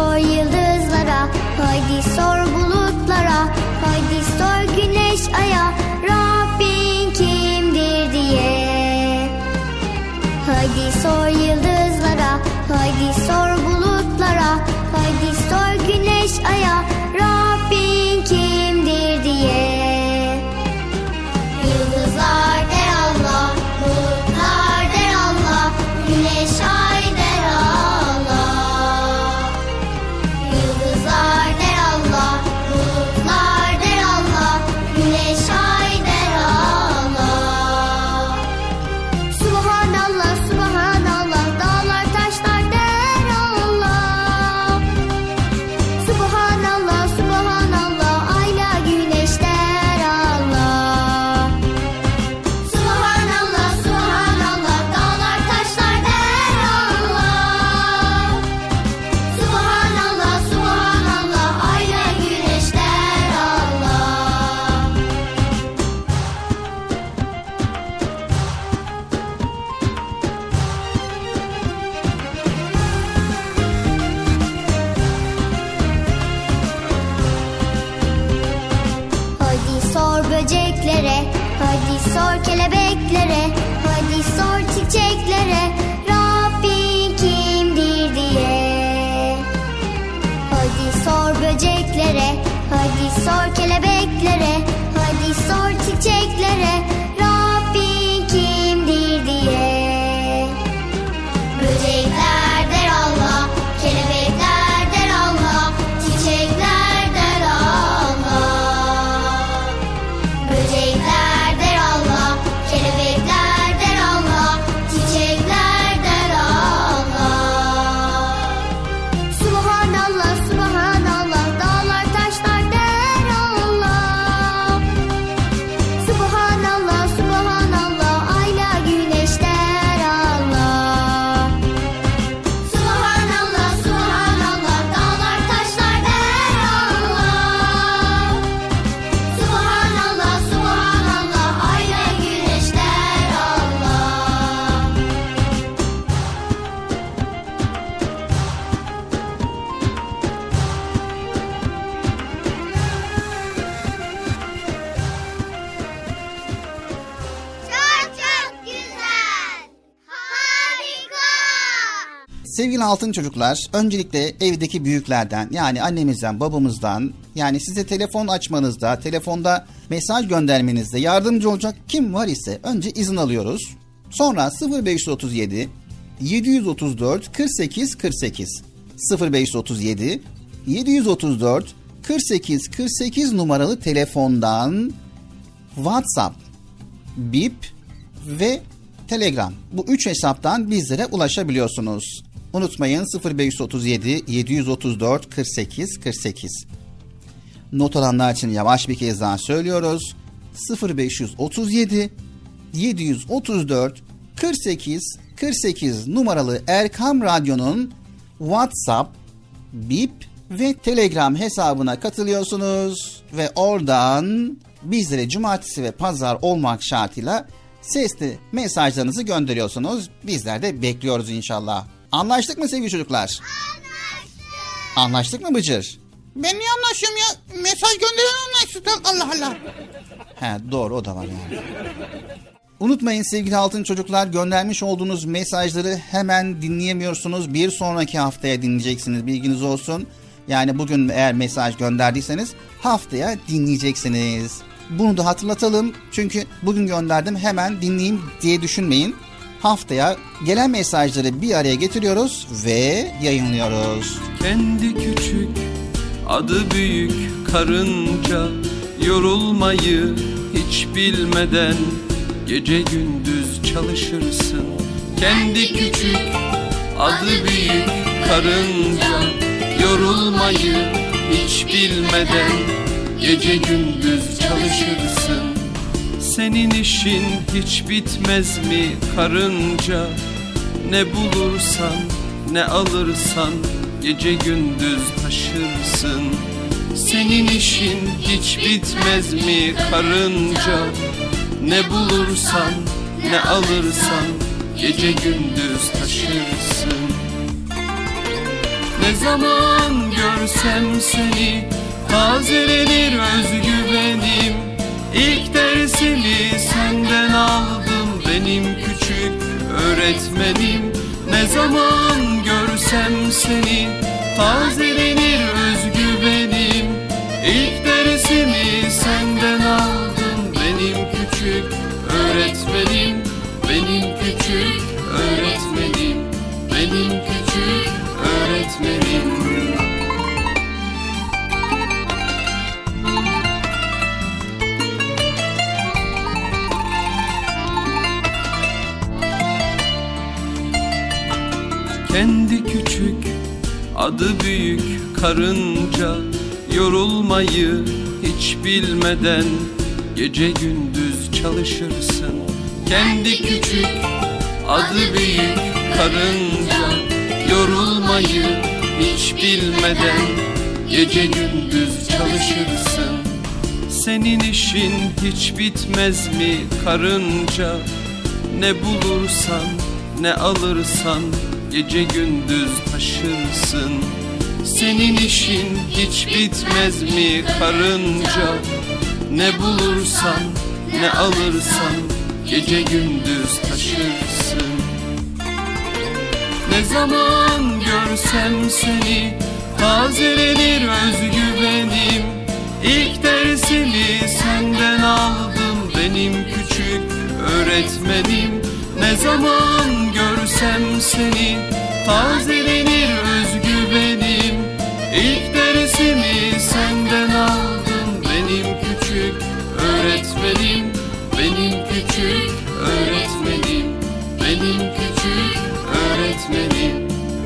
sor yıldızlara, haydi sor bulutlara, haydi sor güneş aya, Rabbin kimdir diye. Haydi sor yıldızlara, haydi sor bulutlara, haydi sor güneş aya, Rabbin kimdir diye. Yıldızlar der Allah, bulutlar der Allah, güneş ay der Allah. Yıldızlar der Allah, bulutlar der Allah, güneş ay der Allah. Subhanallah, subhanallah, dağlar taşlar der Allah. Subhanallah, subhanallah, ayla güneş der Allah. Subhanallah, subhanallah, dağlar taşlar der Allah. Subhanallah, subhanallah, ayla güneş der Allah. Haydi sor böceklere, haydi sor kelebeklere, haydi sor çiçeklere, Rabbin kimdir diye. Haydi sor böceklere, haydi sor kelebeklere, haydi sor çiçeklere, Rabbin kimdir diye. Böcekler der Allah, kelebekler der Allah, çiçekler der Allah. Böcekler der Allah, kelebekler der Allah, çiçekler der Allah. Subhanallah, subhanallah, dağlar taşlar der Allah. Subhanallah, subhanallah, ayla güneş der Allah. Subhanallah, subhanallah, dağlar taşlar der Allah. Subhanallah, subhanallah, ayla güneş der Allah. Çok güzel. Harika. Sevgili altın çocuklar, öncelikle evdeki büyüklerden yani annemizden, babamızdan, yani size telefon açmanızda, telefonda mesaj göndermenizde yardımcı olacak kim var ise önce izin alıyoruz. Sonra 0537 734 48 48 0537 734 48 48 numaralı telefondan WhatsApp, Bip ve Telegram. Bu 3 hesaptan bizlere ulaşabiliyorsunuz. Unutmayın 0537 734 48 48. Not alanlar için yavaş bir kez daha söylüyoruz. 0537 734 48 48 numaralı Erkam Radyo'nun WhatsApp, Bip ve Telegram hesabına katılıyorsunuz ve oradan bizlere cumartesi ve pazar olmak şartıyla sesli mesajlarınızı gönderiyorsunuz. Bizler de bekliyoruz inşallah. Anlaştık mı sevgili çocuklar? Anlaştık mı Bıcır? Ben niye anlaşıyorum ya? Mesaj gönderen anlaşsın. Allah Allah. He, doğru, o da var yani. Unutmayın sevgili altın çocuklar, göndermiş olduğunuz mesajları hemen dinleyemiyorsunuz. Bir sonraki haftaya dinleyeceksiniz, bilginiz olsun. Yani bugün eğer mesaj gönderdiyseniz haftaya dinleyeceksiniz. Bunu da hatırlatalım. Çünkü bugün gönderdim hemen dinleyeyim diye düşünmeyin. Haftaya gelen mesajları bir araya getiriyoruz ve yayınlıyoruz. Kendi küçük, adı büyük karınca, yorulmayı hiç bilmeden gece gündüz çalışırsın. Kendi küçük, adı büyük karınca, yorulmayı hiç bilmeden gece gündüz çalışırsın. Senin işin hiç bitmez mi karınca? Ne bulursan, ne alırsan gece gündüz taşırsın. Senin işin hiç bitmez mi karınca? Ne bulursan, ne alırsan gece gündüz taşırsın. Ne zaman görsem seni tazelenir özgüvenim. İlk dersimi senden aldım benim küçük öğretmenim. Ne zaman görsem seni tazelenir özgüvenim. İlk dersimi senden aldım benim küçük öğretmenim. Benim küçük öğretmenim. Benim küçük öğretmenim. Kendi küçük, adı büyük karınca, yorulmayı hiç bilmeden gece gündüz çalışırsın. Kendi küçük, adı büyük karınca, yorulmayı hiç bilmeden gece gündüz çalışırsın. Senin işin hiç bitmez mi karınca? Ne bulursan, ne alırsan gece gündüz taşırsın. Senin işin hiç bitmez mi karınca? Ne bulursan, ne alırsan gece gündüz taşırsın. Ne zaman görsem seni tazelenir özgüvenim. İlk dersimi senden aldım benim küçük öğretmenim. Ne zaman görsem seni tazelenir özgüvenim. İlk dersimi senden aldım benim küçük öğretmenim. Benim küçük öğretmenim. Benim küçük öğretmenim.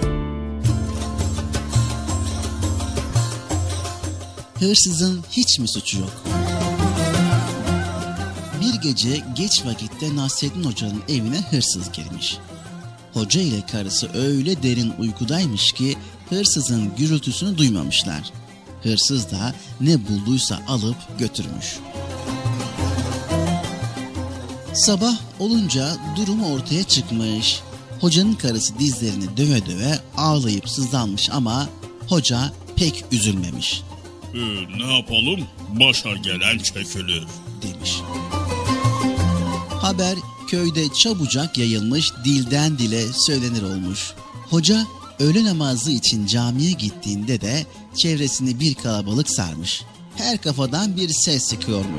Hırsızın hiç mi suçu yok? Bir gece geç vakitte Nasrettin Hoca'nın evine hırsız girmiş. Hoca ile karısı öyle derin uykudaymış ki hırsızın gürültüsünü duymamışlar. Hırsız da ne bulduysa alıp götürmüş. Sabah olunca durum ortaya çıkmış. Hocanın karısı dizlerini döve döve ağlayıp sızlanmış ama hoca pek üzülmemiş. Ne yapalım? Başa gelen çekilir demiş. Haber köyde çabucak yayılmış, dilden dile söylenir olmuş. Hoca öğle namazı için camiye gittiğinde de çevresini bir kalabalık sarmış. Her kafadan bir ses çıkıyormuş.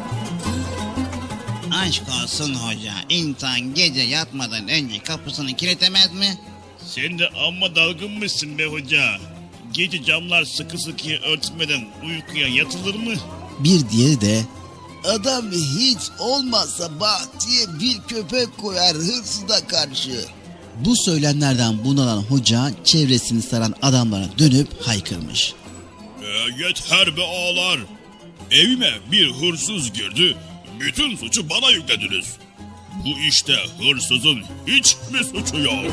Aşk olsun hoca, insan gece yatmadan önce kapısını kilitlemez mi? Sen de amma dalgınmışsın be hoca. Gece camlar sıkı sıkıya örtmeden uykuya yatılır mı? Bir diğeri de adam hiç olmazsa bahçeye bir köpek koyar hırsıza karşı. Bu söylemlerden bunalan hoca çevresini saran adamlara dönüp haykırmış. Yeter be ağalar. Evime bir hırsız girdi. Bütün suçu bana yüklediniz. Bu işte hırsızın hiç mi suçu yok?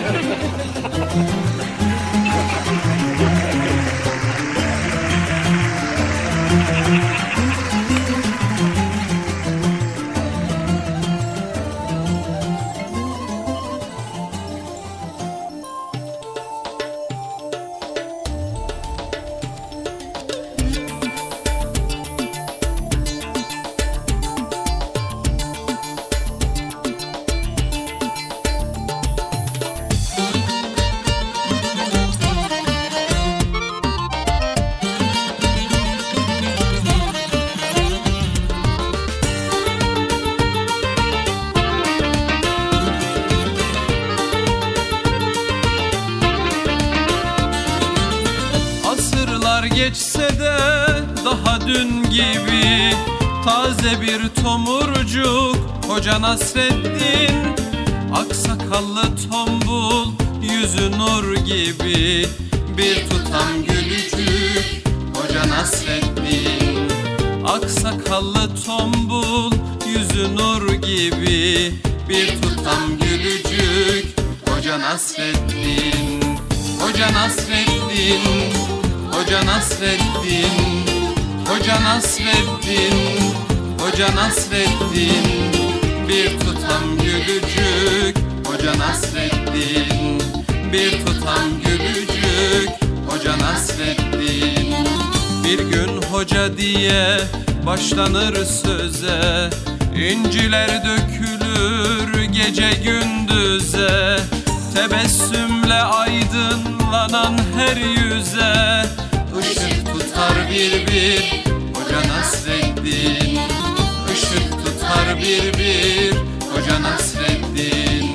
Geçse de daha dün gibi taze bir tomurcuk Hoca Nasreddin. Aksakallı tombul yüzü nur gibi bir tutam gülücük Hoca Nasreddin. Aksakallı tombul yüzü nur gibi bir tutam gülücük Hoca Nasreddin. Hoca Nasreddin, Hoca Nasreddin, Hoca Nasreddin, Hoca Nasreddin, bir tutam gülücük Hoca Nasreddin, bir tutam gülücük büyük Hoca Nasreddin. Bir gün hoca diye başlanır söze, İnciler dökülür gece gündüze, tebessümle aydınlanan her yüze ışık tutar bir bir Hoca Nasreddin. Işık tutar bir bir Hoca Nasreddin.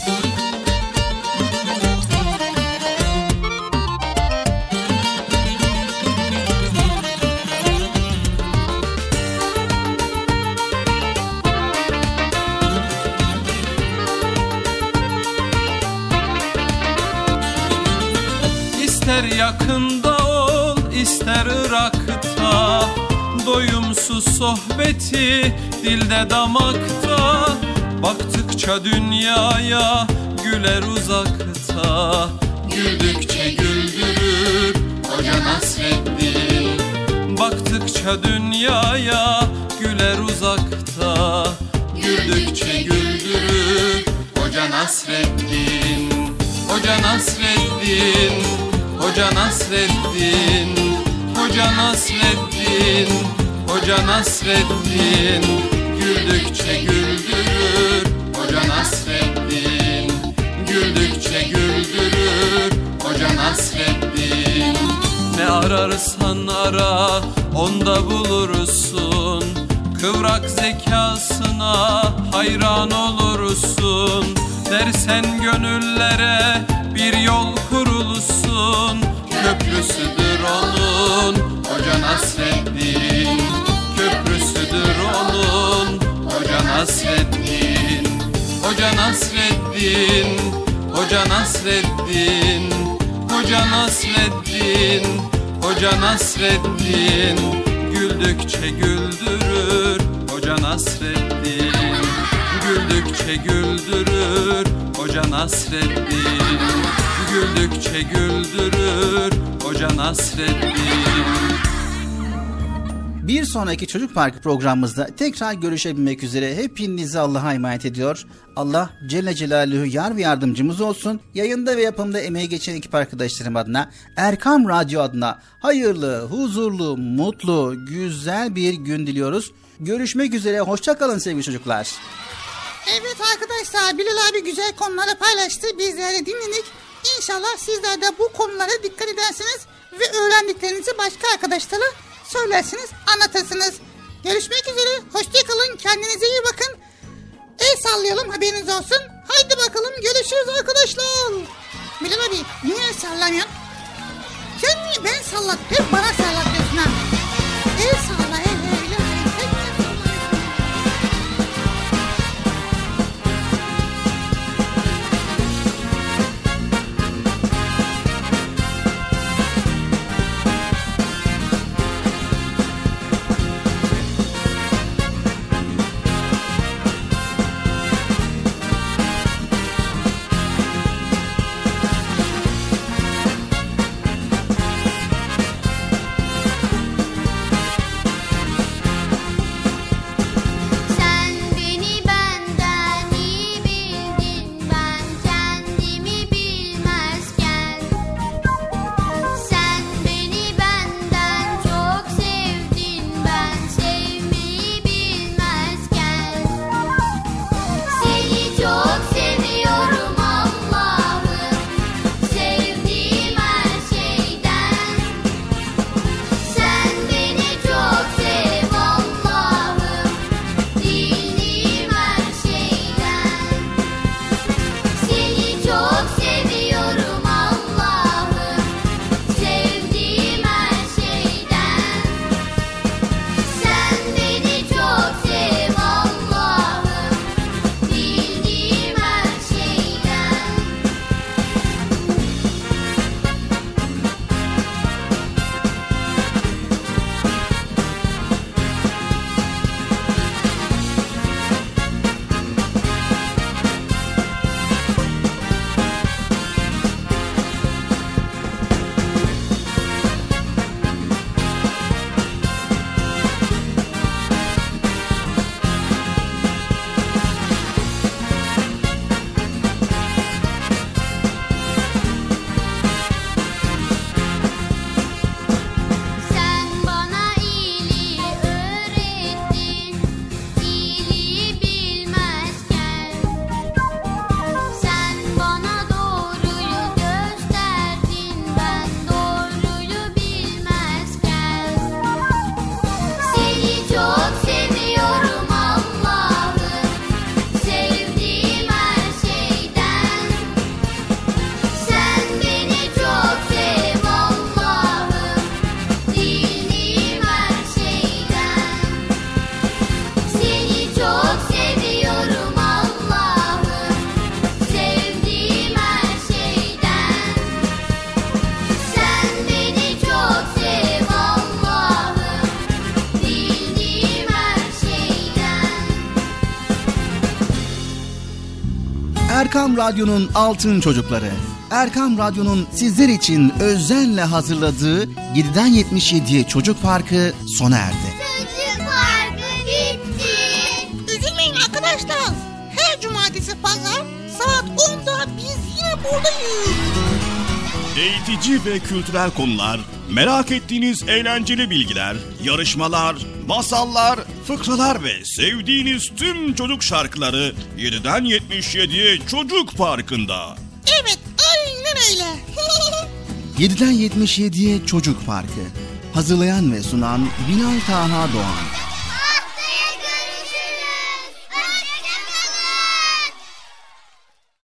İster yakında ol, ister Irak'ta, doyumsuz sohbeti dilde damakta. Baktıkça dünyaya güler uzakta, güldükçe güldürür Hoca Nasreddin. Baktıkça dünyaya güler uzakta, güldükçe güldürür Hoca Nasreddin. Hoca Nasreddin, Hoca Nasreddin, Hoca Nasreddin, Hoca Nasreddin. Güldükçe güldürür Hoca Nasreddin. Güldükçe güldürür Hoca Nasreddin. Ne ararsan ara onda bulursun, kıvrak zekasına hayran olursun. Dersen gönüllere bir yol kurulsun, köprüsüdür onun Hoca Nasreddin. Köprüsüdür onun Hoca Nasreddin. Hoca Nasreddin, Hoca Nasreddin, Hoca Nasreddin, Hoca Nasreddin. Güldükçe güldürür Hoca Nasreddin. Güldükçe güldürür Hoca Nasreddin. Güldükçe güldürür Hoca Nasreddin. Bir sonraki Çocuk Parkı programımızda tekrar görüşebilmek üzere hepinizi Allah'a emanet ediyor. Allah Celle Celaluhu yar ve yardımcımız olsun. Yayında ve yapımda emeği geçen ekip arkadaşlarım adına, Erkam Radyo adına hayırlı, huzurlu, mutlu, güzel bir gün diliyoruz. Görüşmek üzere, hoşça kalın sevgili çocuklar. Evet arkadaşlar, Bilal abi güzel konuları paylaştı. Bizler de dinledik. İnşallah sizler de bu konulara dikkat edersiniz ve öğrendiklerinizi başka arkadaşlara söylersiniz, anlatırsınız. Görüşmek üzere, hoşça kalın, kendinize iyi bakın. El sallayalım, haberiniz olsun. Haydi bakalım, görüşürüz arkadaşlar. Bilal abi, niye el sallamıyorsun? Sen niye ben sallat, hep bana sallatıyorsun ha. El salla, el. Erkam Radyo'nun Altın Çocukları. Erkam Radyo'nun sizler için özenle hazırladığı 7'den 77'ye Çocuk Parkı sona erdi. Çocuk Parkı bitti. Üzülmeyin arkadaşlar. Her cumartesi pazar saat 10'da biz yine buradayız. Eğitici ve kültürel konular, merak ettiğiniz eğlenceli bilgiler, yarışmalar, masallar, fıkralar ve sevdiğiniz tüm çocuk şarkıları 7'den 77'ye Çocuk Parkı'nda. Evet, aynen öyle. 7'den 77'ye Çocuk Parkı. Hazırlayan ve sunan Binal Taha Doğan.